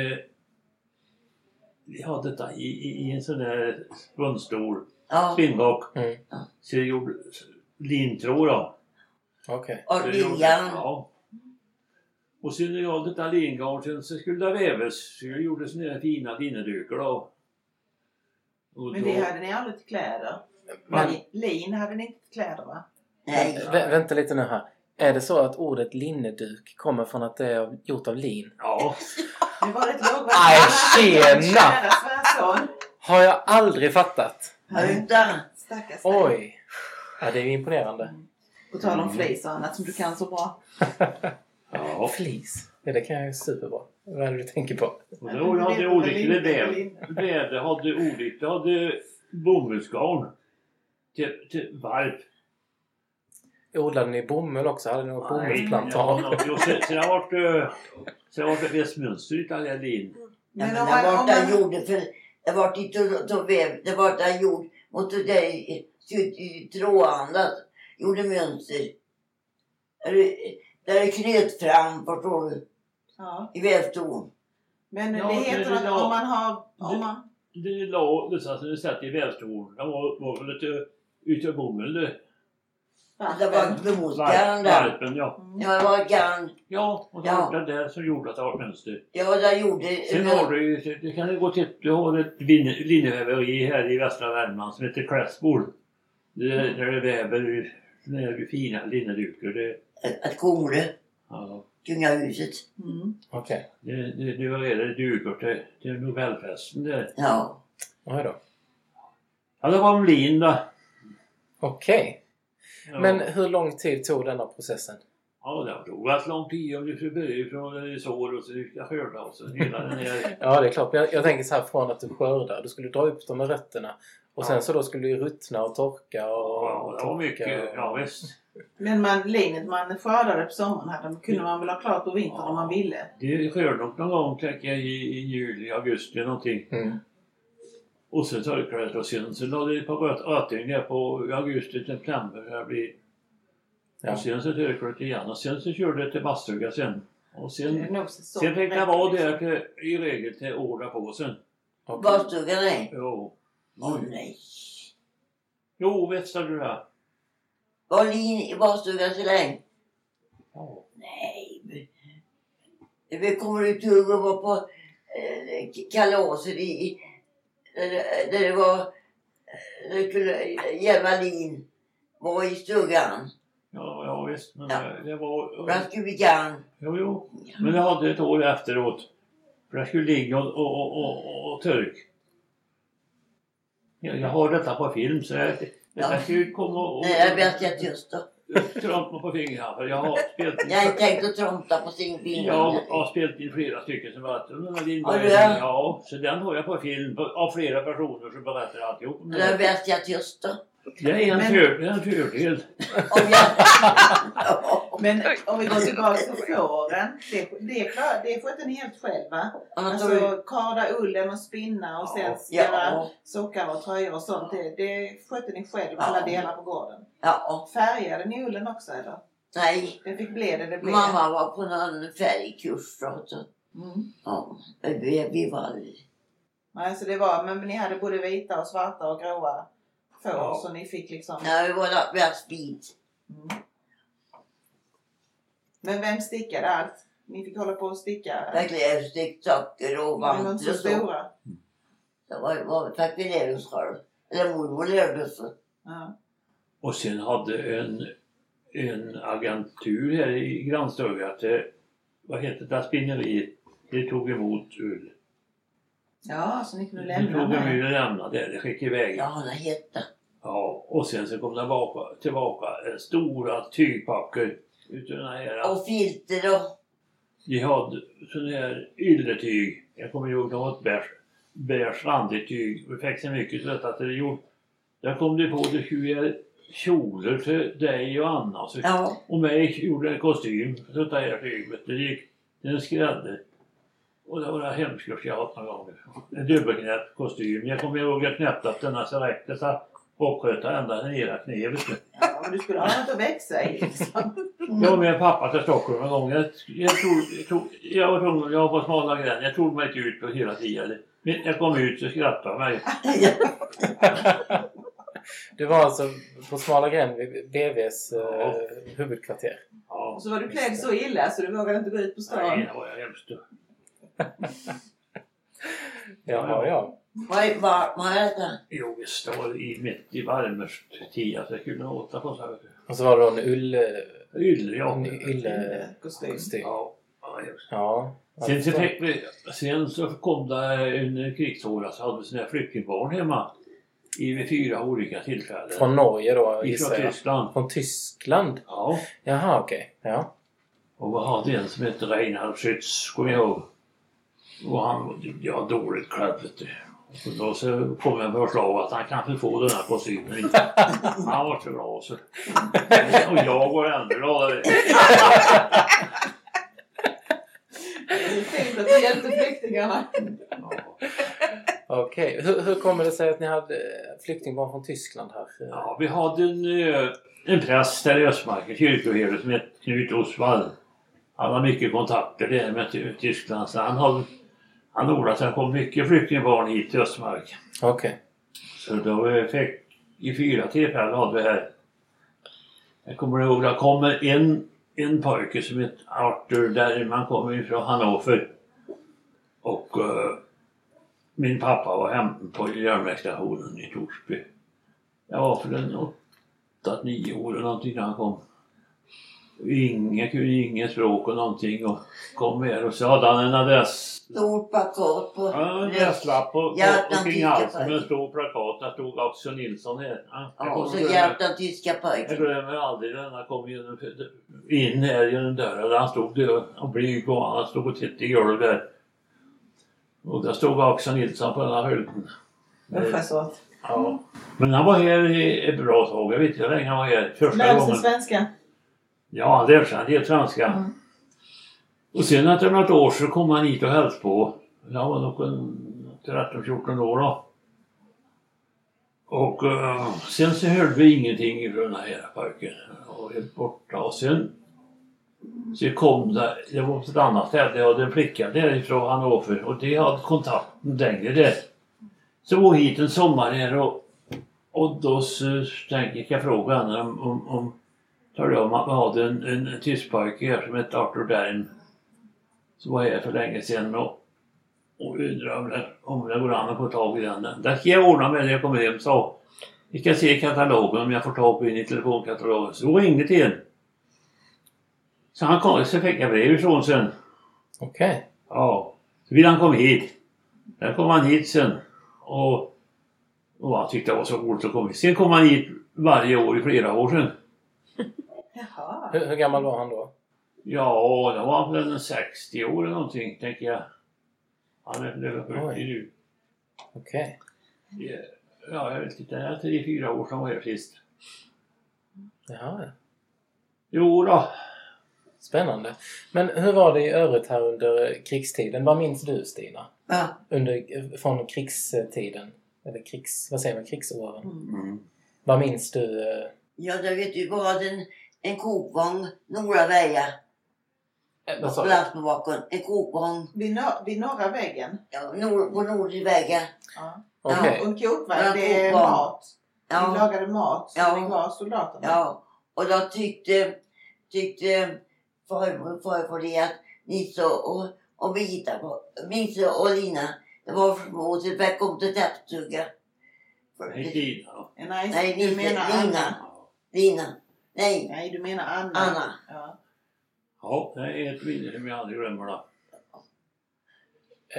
vi hade detta i en sån där rundstor spinnbock. Mm. Så jag gjorde lintråd då. Okej. Och Så jag gjorde- linjan. Ja. Och sen när jag hade detta lingarn sen så skulle det vävas. Så jag gjorde såna här fina linnedukar då. Och Men det hade ni aldrig till kläder. Men- Lin hade ni inte till kläder va? Nej. Vänta lite nu här. Är det så att ordet linneduk kommer från att det är gjort av lin? Ja. Det var ett lågvatten. Aj, tjena! Kära svärson. Har jag aldrig fattat. Utan. Stackars. Oj. Ja, det är ju imponerande. På tal om flis och annat som du kan så bra. Ja. Flis. Ja, det kan jag ju superbra. Vad är det du tänker på? Och då hade olika väder hade olika, hade bomullsgarn till varp. Odlade ni bomull också? Hade ni något bomullsplantage? Ja, sen har det varit Västmönster i alla lin. Men Men det om var man, där gjorde för det var inte det var där gjord mot det där i trådandet gjorde mönster. Där det knöt fram, förstår du, ja. i vävston. Men Ja, det heter det- att om man har... Om man, Det la det så det satt i vävstolen. Det var väl lite utav bomull det. Det var bomullsgarn där. Varpen, ja. Ja, det var garn. Ja, och det Ja. var det där som gjorde att det var mönster. Ja, där gjorde... Sen har du ju, det kan du gå till, du har ett linneväveri här i västra Värmland som heter Klässbol. Där det väver såna här fina linnedukar. Det, Att Kumle, ja, kungahuset. Okej. det var det dukar till Nobelfesten där. Ja. Oj då. Ja, det var om lin då. Okej. Ja. Men hur lång tid tog denna processen? Ja, det tog rätt lång tid om du skulle börja från sår och så ska skörda och så hela den här. Ja, det är klart. Men jag tänker så här från att du skördar. Du skulle dra upp dem med rötterna. Och sen så då skulle du ruttna och torka och Ja, det var torka mycket, och... ja visst. men linet man skördade på sommaren kunde man väl ha klart på vintern om man ville. Det skördade nog någon gång tänker jag i juli, augusti någonting. Mm. Och sen torkade det och sen så lade det på rötning där på augusti, september. Det blir. Ja. Och sen så torkade det igen och sen så körde det till bastuga sen. Och Det är sen nog säsong. fick jag vara där till, i regel till året på sen. Okej. Badstugan är. Jo. Åh nej. Jo, vet du det? Var lin i badstugan så länge? Ja. Nej. Vi kommer ut och var på kalaser där det var där det kunde jävla lin var i stugan. Ja, visst. Men Ja. det var... Bland skulle bli garn. Jo. Men jag hade ett år efteråt. För jag skulle ligga och törk. Jag har detta på film så jag ska ju komma och... Nej, jag vet inte just då. Trampa på fingrarna. För jag har spelat in... Jag har inte tänkt att tromta på sin finger. Jag har spelat in flera stycken som varit under din Har du början. det? Ja, så den har jag på film av flera personer som berättar alltihop. om det. Jag vet inte just då. Det är en fördel. Om jag... Men om vi går tillbaka till fåren. Det skötte ni helt själv va? Alltså karda ullen och spinna och sen göra sockar och tröjor och sånt. Det skötte ni själv alla delar på gården. Ja. Färgade ni ullen också eller? Nej. Det fick bli det blev. Mamma var på någon färgkurs då. Så. Mm. Ja, vi var aldrig. Nej, så det var, men ni hade både vita och svarta och gråa får Ja. så ni fick liksom. Ja, vi var värst bit. Mm. Men vem stickade allt? Ni fick hålla på och sticka. Klädstick, socker och De var vantar inte så och så. stora. Det var tack vi lärde oss själv. Eller mormor lärde oss. Ja. Och sen hade en agentur här i Grannstuga att vad heter det spinneriet? Det tog emot ull. Ja, så ni kunde Vi lämna tog mig. och lämnade det, skickade iväg. Ja, det hette. Ja, och sen så kom det tillbaka stora tygpackor utav den här. Och filter och... De hade sån här ylletyg. Jag kommer ihåg de var ett beige randigt tyg. Vi fick så mycket så att det gjorde. Där kom det på det 20 kjolar till dig och Anna. Så, Ja. och mig gjorde en kostym. Så det här tyget. Det gick till en skrädder. Och det var det hemskt jag haft några gånger. En dubbelknäppt kostym. Jag kommer ihåg att knäppt att denna så räckte så uppsköta ända ner knä. Ja, men du skulle ha något att växa i liksom. Jag var med pappa till Stockholm en gång. Jag var på smala gräns. Jag tog mig inte ut på hela tiden. Men jag kom ut så skrattade jag mig. Du var alltså på smala gränd vid BVs huvudkvarter. Ja. Och så var du klädd så illa så du vågade inte gå ut på stan. Nej, det var jag hemskt. Ja. Vad är det? Jo visst, det var mitt i varmast tid att jag kunde åta på sig. Och så var det då en Kostym. Ja, just. Ja. Sen så kom det under krigsåret så hade vi sådana här flyktingbarn hemma. Vid 4 olika tillfällen. Från Norge då? Från Tyskland. Från Tyskland? Ja. Jaha, okej. Ja. Och vi hade en som hette Reinhard Schütz, kommer jag ihåg. Och han var dåligt klädd, vet du. Och då så kom jag med förslag att han kanske får den här kostymen. Han var så bra så. Och jag var ändå gladare. Det är fint att du hjälpte flyktingarna. Ja. Okej. Hur kommer det sig att ni hade flyktingbarn från Tyskland här? Ja, vi hade en präst där i Östmarken, kyrkoherde som hette Knut Osvald. Han har mycket kontakter där med Tyskland. Så han ordade att det kom mycket flyktingbarn hit till Östmark. Okej. Så då fick i 4 tillfällen hade vi här. Jag kommer ihåg att det kommer en pojke som heter Arthur där man kommer ifrån Hannover. Och min pappa var hemma på järnvägsstationen i Torsby. Jag var för en 8-9 år eller någonting när han kom. Kunde inget språk och någonting och kom med och så hade han en adress. Stort plakat på... Ja, en adresslapp och kring halsen med en stor plakat. Där stod Axel Nilsson här. Ja, och så hjälpte den tyska Jag pojken. glömmer aldrig när han kom in här genom dörren. Han stod där och blyg och han stod och tittade i golvet där. Och där stod Axel Nilsson på den här hölden. Uffasåt. Ja. Men han var här i ett bra tag. Jag vet inte hur länge han var här. Första Lärde sig gången. svenska. Ja, han lärde sig en del svenska. Mm. Och sen efter något år så kom han hit och hälsade på. Jag var nog 13-14 år då. Och sen så hörde vi ingenting ifrån den här pojken. Och helt borta. Och sen så kom det var på ett annat ställe. Jag hade en flicka därifrån Hannover. Och det hade kontakten längre där. Så var hit en sommar här och då så tänkte jag fråga henne om talade om att vi hade en tysk pojke här som hette Arthur Dern. Som var här för länge sedan och undrade om det går an att få tag i den. Där ska jag ordna med när jag kommer hem, så. Vi ska se katalogen om jag får tag på in i telefonkatalogen. Så ringde till en. Så han kom, så fick jag brev ifrån sen. Okej. Ja, så vill han komma hit. Där kom han hit sen. Och han tyckte det var så roligt att komma hit. Sen kom han hit varje år i flera år sedan. Jaha. Hur gammal var han då? Ja, det var väl 60 år eller någonting, tänker jag. Han är 40 nu. Okej. Ja, jag vet inte. Det är 3-4 år som var här sist. Jaha. Jo då. Spännande. Men hur var det i övrigt här under krigstiden? Vad minns du, Stina? Ja. Från krigstiden? Eller vad säger man? Krigsåren? Mm. Vad minns du? Ja, det vet du. Vi hade en kokvagn några vägar. Vad sa På du? lastbevakaren. En kokvagn. Vid norra väggen. Ja, på nordlig vägar. Ja. Okej. Och en kokvagn, Ja, det är kokvagn. mat. Vi Ja. lagade mat som Ja. vi gav soldaterna. Ja. Och då tyckte farfar det att Nisse och Birgitta och Lina, det var för små så det kom till täppstuga. Hej Tina då. Nej, du Nisse, menar Anna. Lina. Nej, Nej, du menar Anna. Anna. Ja. Ja, det är ett minne som jag aldrig glömmer då.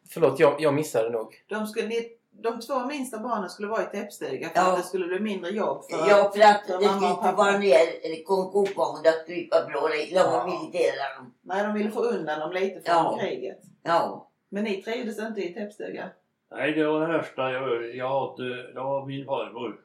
Förlåt, jag missade nog. De 2 minsta barnen skulle vara i täppstuga för att det skulle bli mindre jobb för för att det skulle inte vara ner kokgången där strypa blå militären. Nej, de ville få undan dem lite från kriget. Ja. Men ni trivdes inte i täppstuga? Nej, det var det värsta jag hade. Det var min farmor.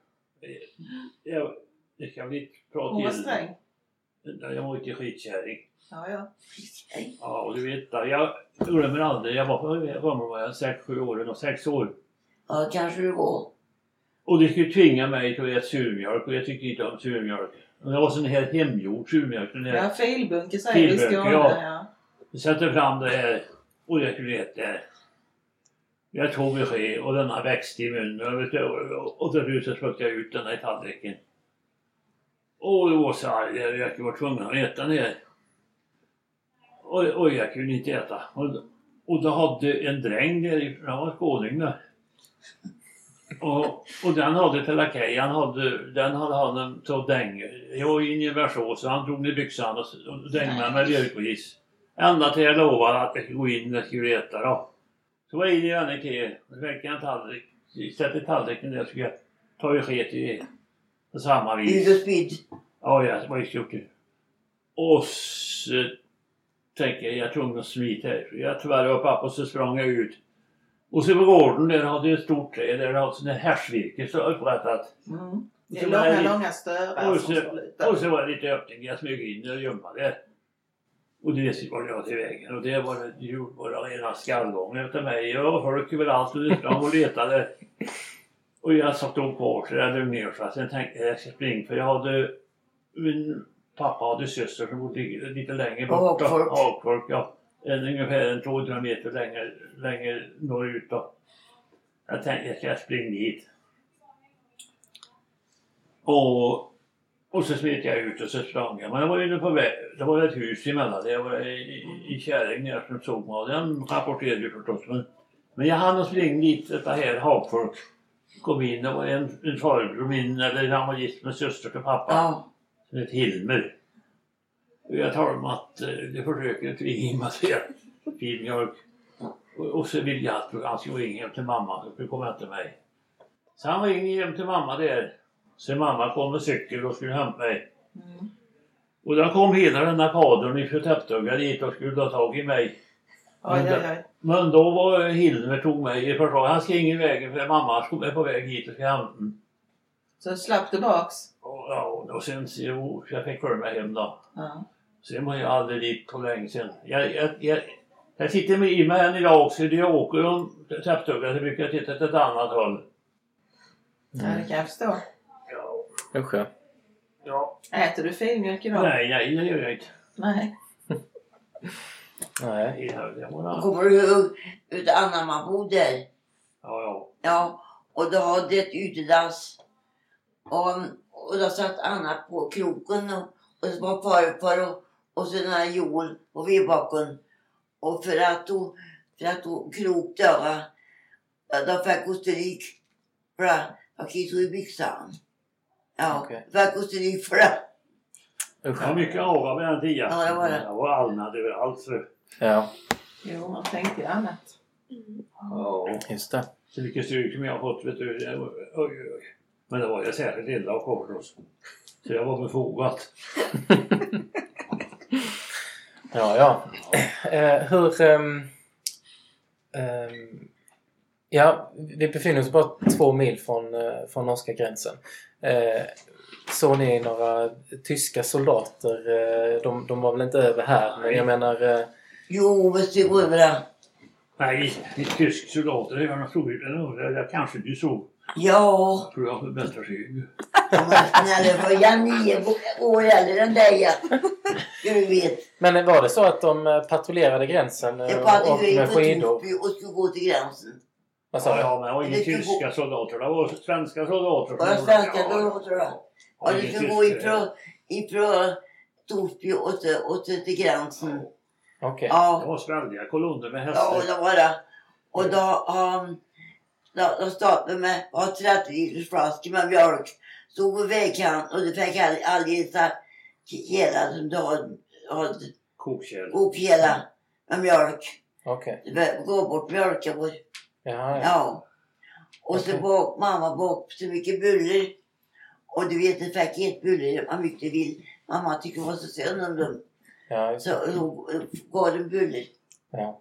Det ska bli inte prata Hon var sträng. Jag var inte skitkärring. Ja. Och du vet, jag glömmer aldrig. Jag var 6-7 år och 6 år. Ja, kanske det var. Och det skulle tvinga mig till att äta surmjölk och jag tycker inte om surmjölk. Och det var sån här hemgjord surmjölk. Ja, filbunke säger vi i Skåne. Ja. Jag satte fram det här och jag skulle äta det. Jag tog besked och den har växt i munnen och till slut så spökade jag ut den här i tallriken. Och det var så här, jag var tvungen att äta den här. Och jag kunde inte äta. Och då hade en dräng där, han var skåning där. Och den hade till lakej, den hade han en så däng. Jag var i en verså så han drog ner byxan och dängde med mjölkris. Ända till jag lovade att jag skulle gå in och skulle äta då. Så var jag in i den till, och så fick jag en tallrik. Sätter tallriken där så ska jag ta i sket i på samma vis. Vid och spyd. Ja, jag var ju gjort det. Och så tänkte jag är tvungen att smita här. Så jag tvärrade upp och så sprang jag ut. Och så på gården där hade jag ett stort träd där det hade sån här härsvirke så upprättat. Det är långa störar och så var det lite öppning. Jag smög in och gömde det. Och det var jag till vägen. Och det var rena skallgången efter mig. Och folk överallt och det sprang och letade. Och jag satt då kvar så jag drog ner så sen tänkte jag ska springa. För jag hade, min pappa hade syster som bodde lite längre bort. Hagfolk, ja. Ungefär 200 meter längre norrut då. Jag tänkte jag ska springa dit. Och så smet jag ut och så sprang jag. Men jag var inne på väg. Det var ett hus emellan. Jag var i Käring när jag såg mig. Den rapporterade ju förstås. Men jag hann springa dit. Detta här hagfolk kom in. Det var en farbror min. Eller han var gift med syster till pappa. Ja. Som heter Hilmer. Och jag talade om att det försöker tvinga mig till filmjölk. Och så ville jag att han skulle ringa hem till mamma. Så kom till mig. Så han ringde hem till mamma där. Så mamma kom med cykel och skulle hämta mig. Och då kom hela den här kadern i Täppstuga dit och skulle ta tag i mig. Men då var Hilmer tog mig i försvar. Han ska ingen vägen för mamma skulle på väg hit och ska hämta mig. Så slapp du baks? Och sen så jag fick för mig hem då. Ja. Sen var jag aldrig dit på länge sen. Jag sitter med i mig än idag också. Jag åker om Täppstuga så brukar jag titta till ett annat håll. Ja, det kan jag förstå. Usch ja. Äter du filmjölk idag? Nej, det gör jag inte. Nej. Nej. Kommer du ihåg ut Anna man bodde där? Ja. Ja, och då hade ett utedass. Och då satt Anna på kroken och så var farfar och så den här Joel på vedbacken. Och för att hon krok då fick hon stryk för att jag kissade i byxan. Ja, fick hon stryk för det. Det var mycket aura med den tiden. Ja, det var det. Det var allnad överallt. Ja. Jo, man tänkte ju annat. Ja, just det. Så mycket stryk som jag har fått, vet du. Oj. Men det var jag särskilt illa och kortros. Så jag var befogat. Ja. Vi befinner oss bara 2 mil från norska gränsen. Såg ni några tyska soldater? De var väl inte över här, men jag menar... Jo, visst det går över det. Nej, tysk soldater, det var något stort. Det kanske du såg. Ja. Tror jag förbättrar sig. Det var jag 9 år äldre än dig. Du vet. Men var det så att de patrullerade gränsen och med skidor? Och skulle gå till gränsen. Ja, men det var inga tyska soldater. Det var svenska soldater. Ja, svenska soldater då. Och det skulle gå ifrån Torsby och till gränsen. Okej. Ja. Det var väldiga kolonner med hästar. Ja, det var det. Och då startade vi med 30 liters flaskor med mjölk. Stod på vägkant och det fick aldrig hela som du hade Kokhela. med mjölk. Okej. Gå bort mjölkor. Ja. Ja. Och så Okej. mamma bak så mycket buller. Och du vet, jag fick ett buller man mycket vill. Mamma tycker det var så synd om dem. Ja, just det. Så då gav de buller. Ja.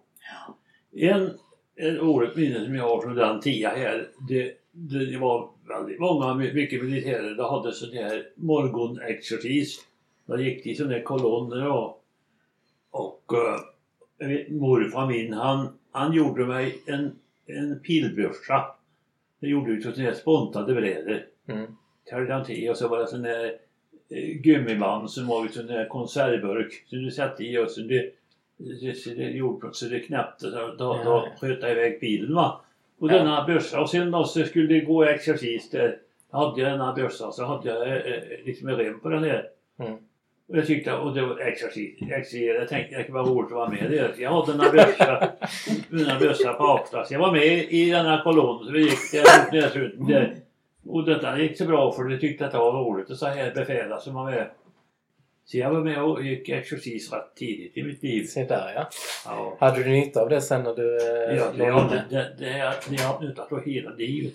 En oerhört minne som jag har från den tiden här. Det var väldigt många, mycket militärer. De hade sån här morgonexercis. De gick i såna här kolonner och morfar min han gjorde mig en pilbörsa. Det gjorde ut sådana här spontade brädor. Tardanté och så var det sån här gummiband som var ut sån här konservburk. Så du satte i och så det gjorde så det knäppte då sköt jag iväg bilen va. Och denna börsa och sen då så skulle det gå exercis där. Hade jag denna börsa så hade jag liksom en rem på den här. Och jag tyckte, och det var exercis. Jag tänkte det var roligt att vara med där. Jag hade denna börsa på Aktas. Jag var med i denna kolonn så vi gick där. Och detta gick så bra för det tyckte att det var roligt och så här befäla som var med. Så jag var med och gick exercis rätt tidigt i mitt liv. Se där Ja. Hade du nytta av det sen när du Det har nytta av hela livet.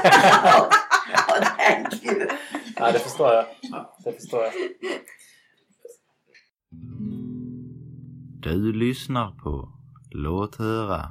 Ja, det förstår jag. Du lyssnar på Låt höra.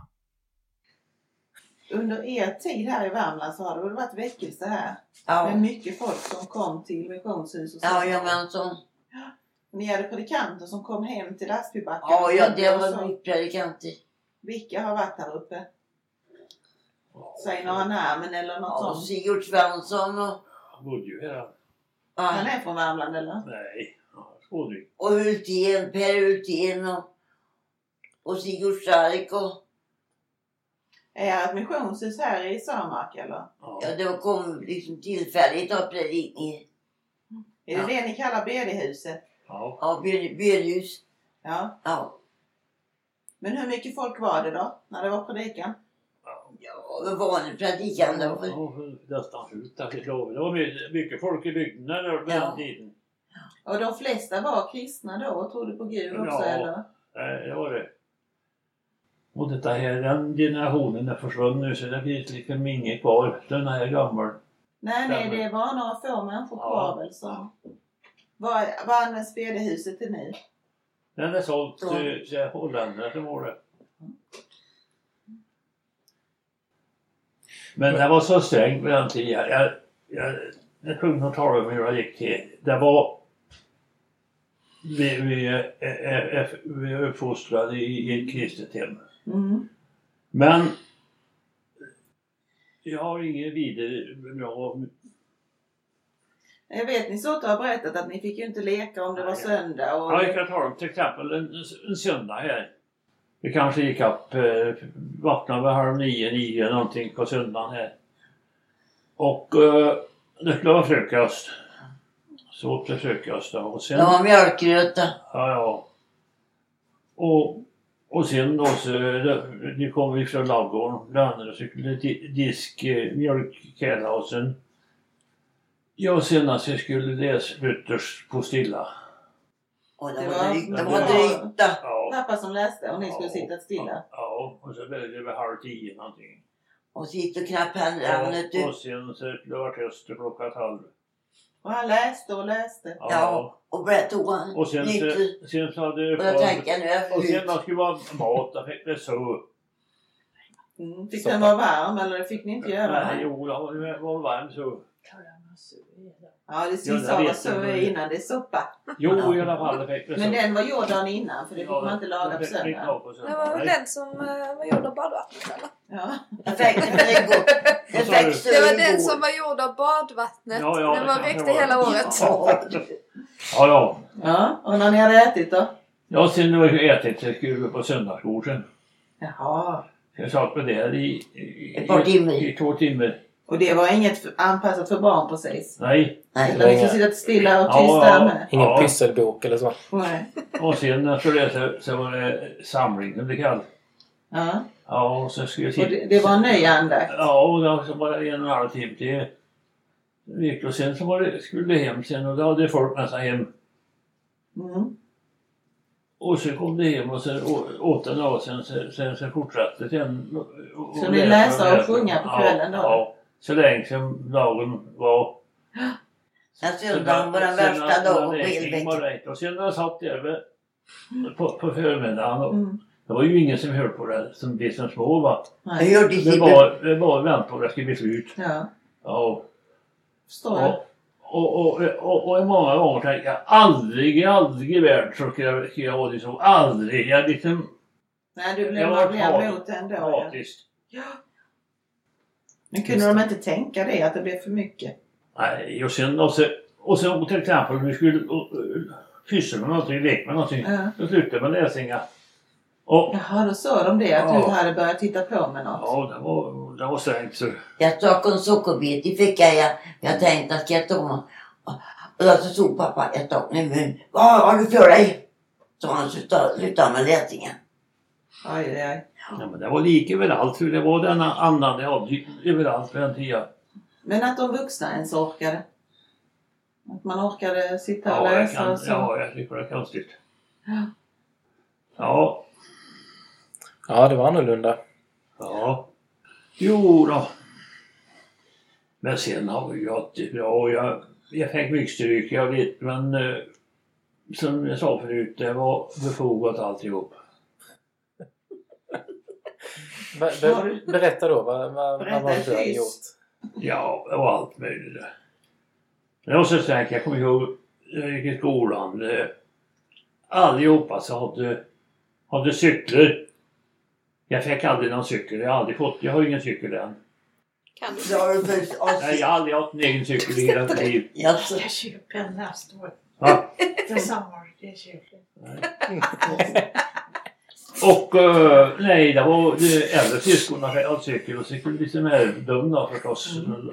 Under er tid här i Värmland så har det väl varit väckelse här. Ja. Med mycket folk som kom till missionshus och så. Ja, jag men så. Ni hade predikanter som kom hem till Lastbybacken. Ja, det var mycket predikanter. Vilka har varit här uppe? Säg några namn eller något sånt. Sigurd Svensson och... Han bodde ju här. Han är från Värmland eller? Nej, Skåne. Och Hultén, Per Hultén och Sigurd Stark och... Är ett missionshus här i Sörmark eller? Ja, det kom liksom tillfälligt av predikning. Är det det ni kallar bedjehuset? Ja, bedjus. Ja. Ja. Men hur mycket folk var det då när det var predikan? Ja, det var en predikan. Ja, nästan fullt. Det var mycket folk i bygden där den tiden. Och de flesta var kristna då och trodde på Gud också eller? Ja, det var det. Och detta här, den generationen är försvunnen nu så det finns liksom inget kvar. Den här är gammal. Nej, det var några få människor kvar väl som... Vad används bedjehuset till nu? Den är sålt till holländarna som var det. Men det var så strängt med den tiden. Jag kunde nog tala om hur jag gick till. Det var... Vi är uppfostrade i ett kristet hem. Men jag har ingen vidare bra... Jag vet, ni så har berättat att ni fick ju inte leka om det var söndag. Och... Ja, jag kan ta dem till exempel en söndag här. Vi kanske gick upp, vaknade vid 8:30 någonting på söndagen här. Och det skulle vara frukost. Så åt det frukost då. Och sen... Det var mjölkröta. Ja. Och sen då så det kom vi från ladugården. Löner och skulle disk mjölkkälla och sen... Ja, senast jag skulle läsa Luthers på stilla. Och det var drygt. Ja. Pappa som läste och ni skulle sitta stilla. Ja, och så blev det vid 9:30 någonting. Och sitta och knappt händerna. Och sen så det var höst och 12:00. Och han läste och läste. Ja, och berättade han. Och sen så hade det... Och jag tänker nu är och sen då skulle vara mat, då fick det så. Fick den vara varm eller fick ni inte göra? Nej, jo, det var varmt så. Ja, det syns av så innan det är soppa. Jo, i alla fall det fick det så. Men den var gjord dagen innan för det fick man inte laga på söndag. Det var väl den som var gjord av badvattnet eller? Ja. Det var den som var gjord av badvattnet. Ja, den var väckte hela året. Ja, och när ni hade ätit då? Ja, sen när vi ätit så skulle vi på söndagsskor sen. Jaha. Jag satt på det i ett par timmar. I 2 timmar. Och det var inget anpassat för barn precis? Nej. Utan ni ska sitta stilla och tysta med? Ingen pysselbok eller så? Nej. Och sen efter det så var det samling som det kallas. Ja. Ja, och så skulle jag och det var en ny andakt? Ja, och då så var det 1,5 timme till gick och sen så var det, skulle det hem sen och då hade folk nästan hem. Och så kom det hem och sen åt en dag sen fortsatte det. Så ni läsa och sjunga på kvällen då? Ja, så länge som dagen var. När söndagen var den värsta dagen på helvete. Och sen när jag satt där på förmiddagen det var ju ingen som hörde på det som det som små var. Det var vänt på att det skulle bli slut. Ja. Ja. Förstår jag. Och många gånger tänkte jag aldrig i världen så ska jag ha det så. Aldrig. Jag liksom... Nej, du blev emot ändå. Hatiskt. Ja. Men kunde de inte tänka det att det blev för mycket? Nej, och sen till exempel om vi skulle pyssla med någonting, leka med någonting. Då slutade man läsingar. Jaha, då sa de det att du hade börjat titta på med något. Ja, det var strängt så. Jag tog en sockerbit i fickan. Jag tänkte att jag tog mig. Och då så såg pappa, jag tog den i mun. Vad har du för dig? Så han slutade med läsningen. Oj. Ja, men det var lika överallt. Det var den annan jag hade överallt med den tiden. Men att de vuxna ens orkade. Att man orkade sitta och läsa och så. Ja, jag tycker det är konstigt. Ja. Ja, det var annorlunda. Ja. Jo då. Men sen har vi ju haft det bra. Jag fick mycket stryk, jag vet. Men som jag sa förut, det var befogat alltihop. Berätta då, vad var det du hade gjort? Ja, det var allt möjligt. Men jag var så säker, jag kommer ihåg, jag gick i skolan. Allihopa så hade cyklar. Jag fick aldrig någon cykel, jag har ingen cykel än. Kan du? Nej, jag har aldrig haft en egen cykel i hela mitt liv. Jag ska köpa en nästa år. Va? Detsamma, det köper. Och nej, det var de äldre syskorna som hade cykel och cykel lite mer dum då förstås.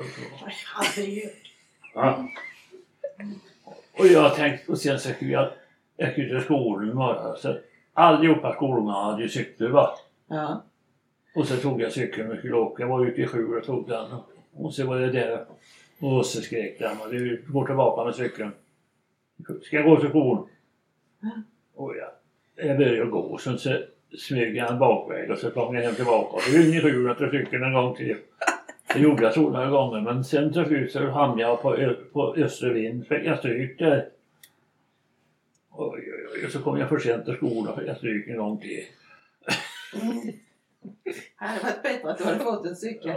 Ja. Och jag tänkte, och sen så skulle jag till skolan. Så allihopa skolorna hade ju cyklar, va? Ja. Och så tog jag cykeln och skulle åka. Jag var ute i 7 och tog den. Och så var det där. Och så skrek den. Du går tillbaka med cykeln. Ska jag gå till skolan? Och jag började gå. Och så smög jag en bakväg. Och så kom jag hem tillbaka. Och det var ingen 7 till cykeln en gång till. Det gjorde jag så några gånger. Men sen till slut så hamnade jag på Östervind. Fick jag stryk där. Och så kom jag för sent till skolan. Fick jag stryk en gång till. Det hade varit bättre att du hade fått en cykel.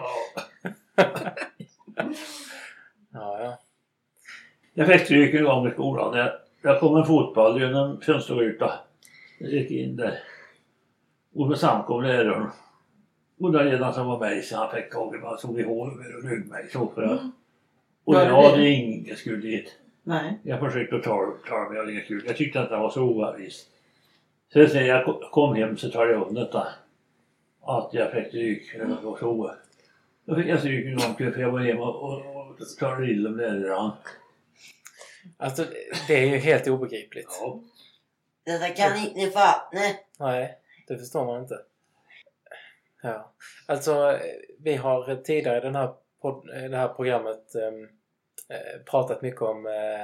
Ja. Jag fick stryk en gång i skolan. Jag kom en fotboll genom fönsterruta. Jag gick in där. Och med samkom läraren. Och där redan som var mig så han fick tag i mig. Han såg i hålet och rygg mig. Så för att. Och jag hade ingen skuld dit. Nej. Jag försökte ta mig, jag hade ingen skuld. Jag tyckte att det var så oavvis. Så när jag kom hem så tar jag under detta. Att jag fick stryk. Då fick jag stryk en gång för jag var hemma och tar illa med läraren. Alltså det är ju helt obegripligt. Ja. Detta kan inte ni fatta. Nej, det förstår man inte. Ja. Alltså vi har tidigare i det här programmet pratat mycket om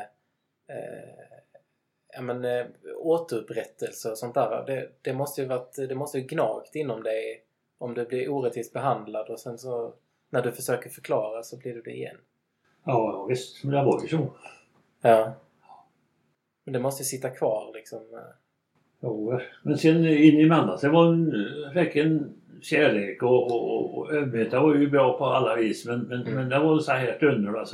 återupprättelse och sånt där. Det måste ju gnagt inom dig om du blir orättvist behandlad och sen så när du försöker förklara så blir det igen. Ja visst, men det var ju så. Ja. Men det måste ju sitta kvar liksom. Ja, men sen in emellan så fick en kärlek och ömheten var ju bra på alla vis men det var så här tunnorna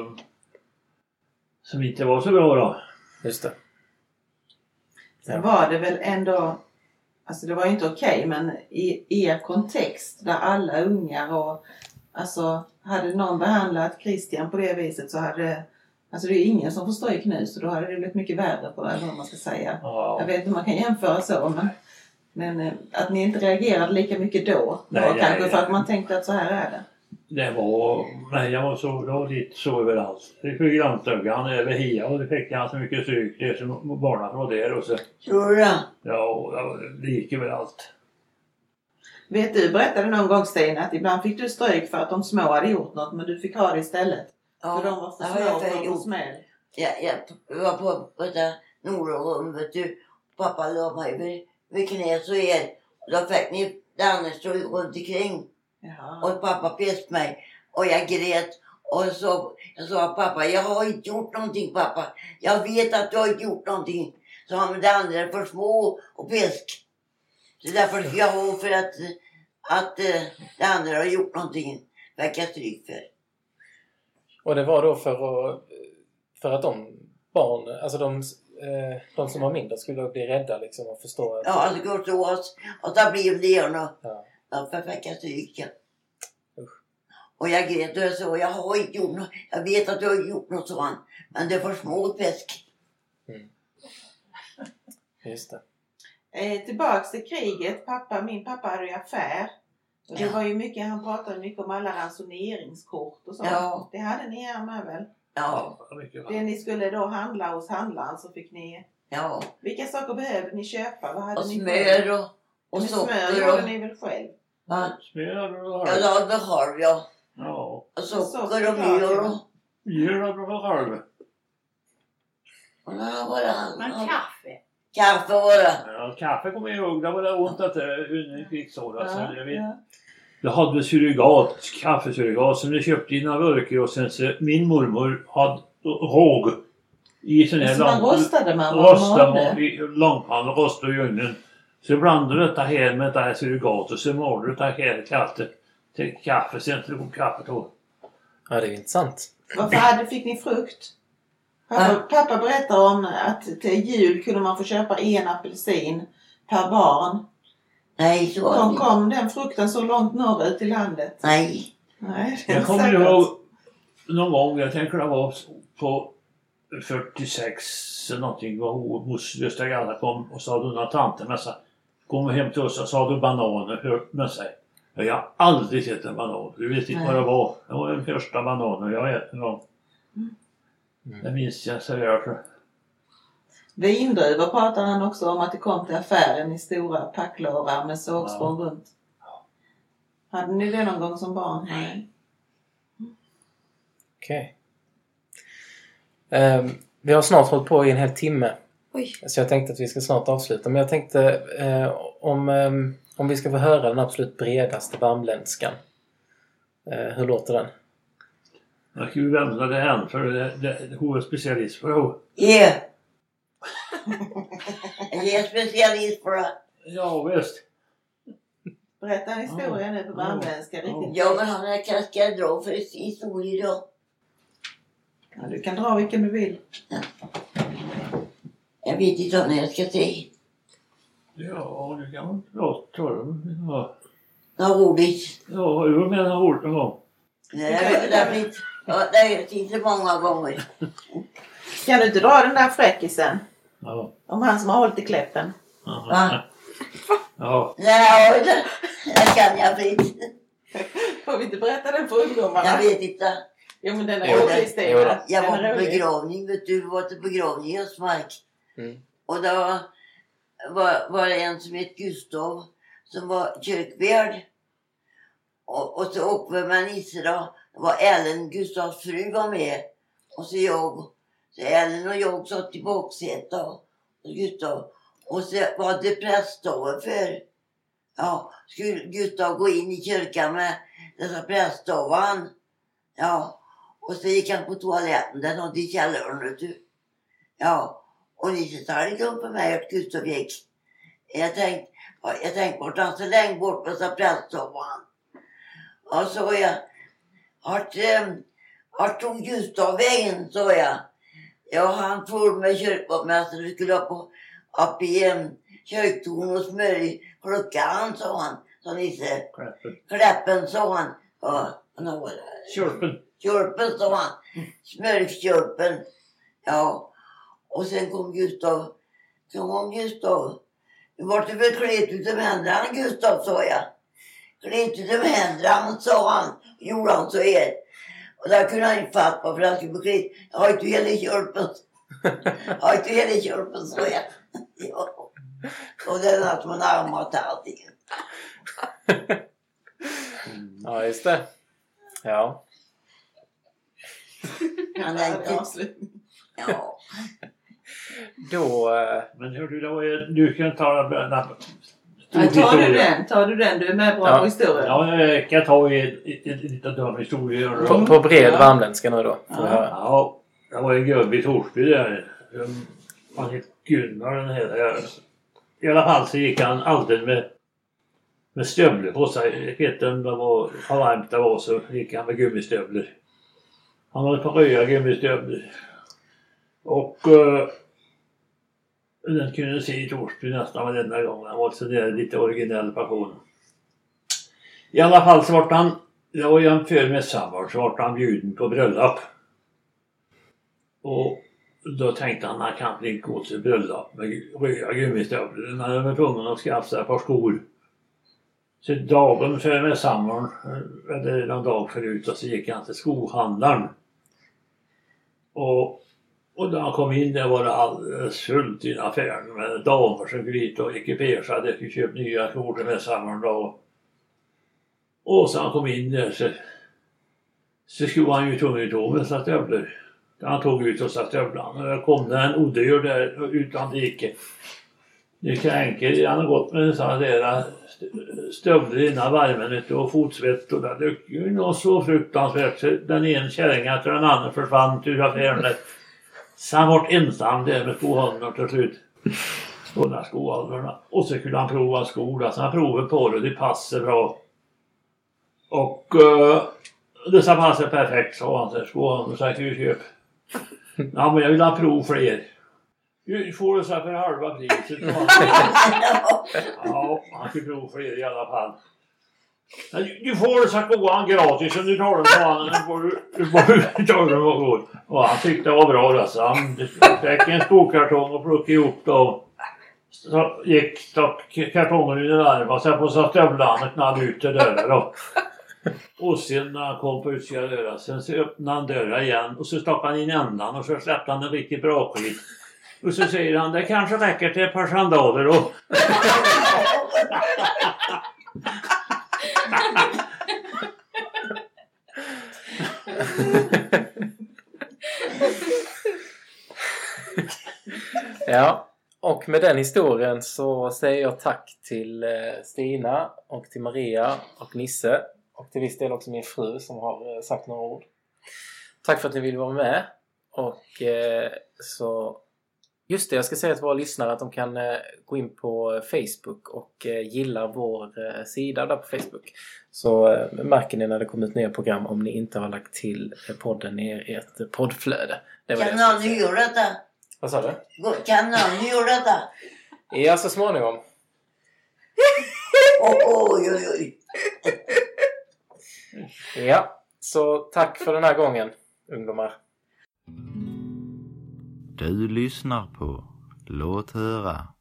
som inte var så bra då. Just det. Sen var det väl ändå, alltså det var ju inte okej, men i er kontext där alla ungar och alltså hade någon behandlat Christian på det viset så hade alltså det är ju ingen som får stryk nu så då hade det blivit mycket värre på det vad man ska säga. Ja. Jag vet inte om man kan jämföra så men att ni inte reagerade lika mycket då var kanske för att man tänkte att så här är det. Det var lite så överallt. Det fick grannstugan över hia och det fick han så mycket stryk det som barnen var där och så. Tror du? Ja, det gick överallt. Vet du, berättade någon gång Stina att ibland fick du stryk för att de små hade gjort något men du fick ha det istället. Ja, för de var för små och för smäll. Jag var på Norrum vet du pappa la mig vid knät så er. Då fick ni Danne stod runt omkring. Och pappa pest mig. Och jag grät. Och så jag sa pappa, jag har inte gjort någonting pappa. Jag vet att du har inte gjort någonting. Så han med det andra är för små och pesk. Så därför ska jag ha för att det andra har gjort någonting. Verkar stryk för. Och det var då för att de barn, alltså de som var mindre skulle bli rädda liksom och förstå. Ja, alltså går till oss. Och då blev det och för verkar stryk. Ja. Och jag grät och jag sa, jag har inte gjort något. Jag vet att du har gjort något sånt. Men det är för små pesk. Just det. Tillbaks till kriget. Min pappa hade ju affär. Och det var ju mycket, han pratade mycket om alla ransoneringskort och sånt. Ja. Det hade ni här med väl? Ja. Det ni skulle då handla hos handlaren så fick ni... Ja. Vilka saker behövde ni köpa? Vad hade och ni smör och socker. Smör gjorde ni väl själv? Va? Smör och Ja, det har jag. Ja. Och socker och mjöl och... Mjöl och halv. Och där var det Men kaffe. Kaffe var det. Ja, kaffe kommer jag ihåg. Det var det ont att det fick så. Alltså, jag vet. Ja. Jag hade surrogat, kaffesurrogat som jag köpte i några burkar och sen så min mormor hade råg i sån här rostade man i långpanna och rostade i ugnen. Så blandade detta här med det här surrogat och så målade det här kaffe till kaffe sen till det kaffe då. Ja, det är intressant. Varför fick ni frukt? Pappa berättar om att till jul kunde man få köpa en apelsin per barn. Nej, så var det. Kom den frukten så långt norrut i landet? Nej. Jag kommer ihåg någon gång, jag tänker det var på 46 eller någonting, var hos Gösta Galla kom och sa du när tanten med sig kom hem till oss och sa du bananer med sig. Jag har aldrig sett en banan, du vet inte vad det var. Det var den första bananen jag ätit en gång. Det minns jag så gör. Vindruvor pratar han också om att det kom till affären i stora packlårar med sågspån runt. Hade ni det någon gång som barn? Nej. Okej. Vi har snart hållit på i en hel timme. Oj. Så jag tänkte att vi ska snart avsluta. Men jag tänkte om vi ska få höra den absolut bredaste värmländskan. Hur låter den? Jag kan ju vända det här för hon är specialist på det. Ja. Jag är specialist på det. Ja, visst. Berätta en historia nu på värmländska riktigt. Ja, men han ska jag dra för historia då. Ja, du kan dra vilken du vill. Ja. Jag vet inte vad jag ska säga. Ja, du kan ta den. Ja. Något roligt. Ja, hur menar ord någon gång? Nej, det är inte många gånger. Kan du inte dra den där fräckisen? Ja. Om han som har hållit i kläppen. Va? Ja. Nej, det kan jag inte. Får vi inte berätta den för ungdomarna? Jag vet inte. Jo, men den är rolig, Stina. Jag var på begravning, vet du. Vi var till begravning i Östmark. Och då var det en som hette Gustav som var kyrkvärd. Och så åkte vi med Nisse då. Det var Ellen, Gustavs fru, var med. Och så jag. Så Ellen och jag satt i baksätet då. Och Gustav. Och så var det prästdagen för. Ja, skulle Gustav gå in i kyrkan med dessa prästdagen. Ja. Och så gick han på toaletten. Den hade i källaren, du. Ja. Och Nisse talade inte om för mig att Gustav gick. Jag tänkte bort han så länge bort med dessa prästdagen. Och så jag. Har tog Gustav vägen, sa jag. Ja, han for med kyrkvaktmästaren. Vi skulle upp i kyrktorn och smör i klockan, sa han. Så Nisse. Kläppen, sa han. Ja, Kjörpen, sa han. Smörkjörpen. Ja. Och sen kom Gustav. Nu var det väl klätt utav händerna, Gustav, sa jag. Klätt utav händerna, sa han. Gjorde han så er. Och där kunde han inte fatta för han skulle bli klätt. Jag har inte hela kjörpen. Så jag. Ja. Och det är något man armat allting. Ja, just det. Ja. Han är inte... Ja. Då... Men hur du kan ta den. Tar du den? Du är med bra på historien. Ja, jag kan ta en liten dum historia. På bred värmländska nu då. Ja, det var en gubbe i Torsby där. Han hette Gunnar den här. I alla fall så gick han alltid med stövlar på sig. Jag vet inte om det var hur varmt det var, så gick han med gummistövlar. Han hade på röda gummistövlar. Och den kunde se i Torsby nästan varenda gång. Han var så där lite originell person. I alla fall så var han, det var ju en förmässommar, så var han bjuden på bröllop. Och då tänkte han kan bli gå till bröllop med röda gummistövlar. Han var tvungen att skaffa sig ett par skor. Så dagen för mässommaren, eller en dag förut, så gick han till skohandlaren. Och då han kom in där var det alldeles fullt i affären med damer som gick dit och ekiperade. De fick köpa nya skor till mässommaren då. Och så han kom in där så skulle han ju tvungen med sina stövlar. Han tog ut och satt stövlarna. Och jag kom där en odör där utan dike. Det kränker, han har gått med sådana där stövlar innan värmen och fotsvett och det dök ju något så fruktansvärt. Så den ena kärringen efter den andra försvann ur affären. Så han var ensam där med skohållorna till slut. Sådana skohållorna. Och så skulle han prova skor. Så han provade på det. Det passade bra. Och dessa passade perfekt, sa han till skohållorna. Så jag kunde köpa. Ja, men jag vill ha prov fler. Du får det så här för halva priset. Ja, han skulle prova fler i alla fall. Du får det så här goda gratis om du tar den på honom. Du får ta den och gå. Och han tyckte det var bra. Alltså. Han fick en skokartong och plockade ihop då. Så gick kartongen i den armen. Sen på så stövlarna knallade ut till dörren då. Och sen när han kom på utsiga dörren. Sen så öppnade han dörren igen. Och så stoppade han in ändan. Och så släppte han en riktigt bra skit. Och så säger han, det kanske räcker till ett par sandaler då. Ja, och med den historien så säger jag tack till Stina och till Maria och Nisse och till viss del också min fru som har sagt några ord. Tack för att ni vill vara med. Och så just det, jag ska säga till våra lyssnare att de kan gå in på Facebook och gilla vår sida där på Facebook. Så märker ni när det kommer ut nya program om ni inte har lagt till podden i ert poddflöde. Kan någon göra detta? Vad sa du? Kan någon göra detta? Ja, så småningom. Oj. Ja, så tack för den här gången, ungdomar. Du lyssnar på Låt höra.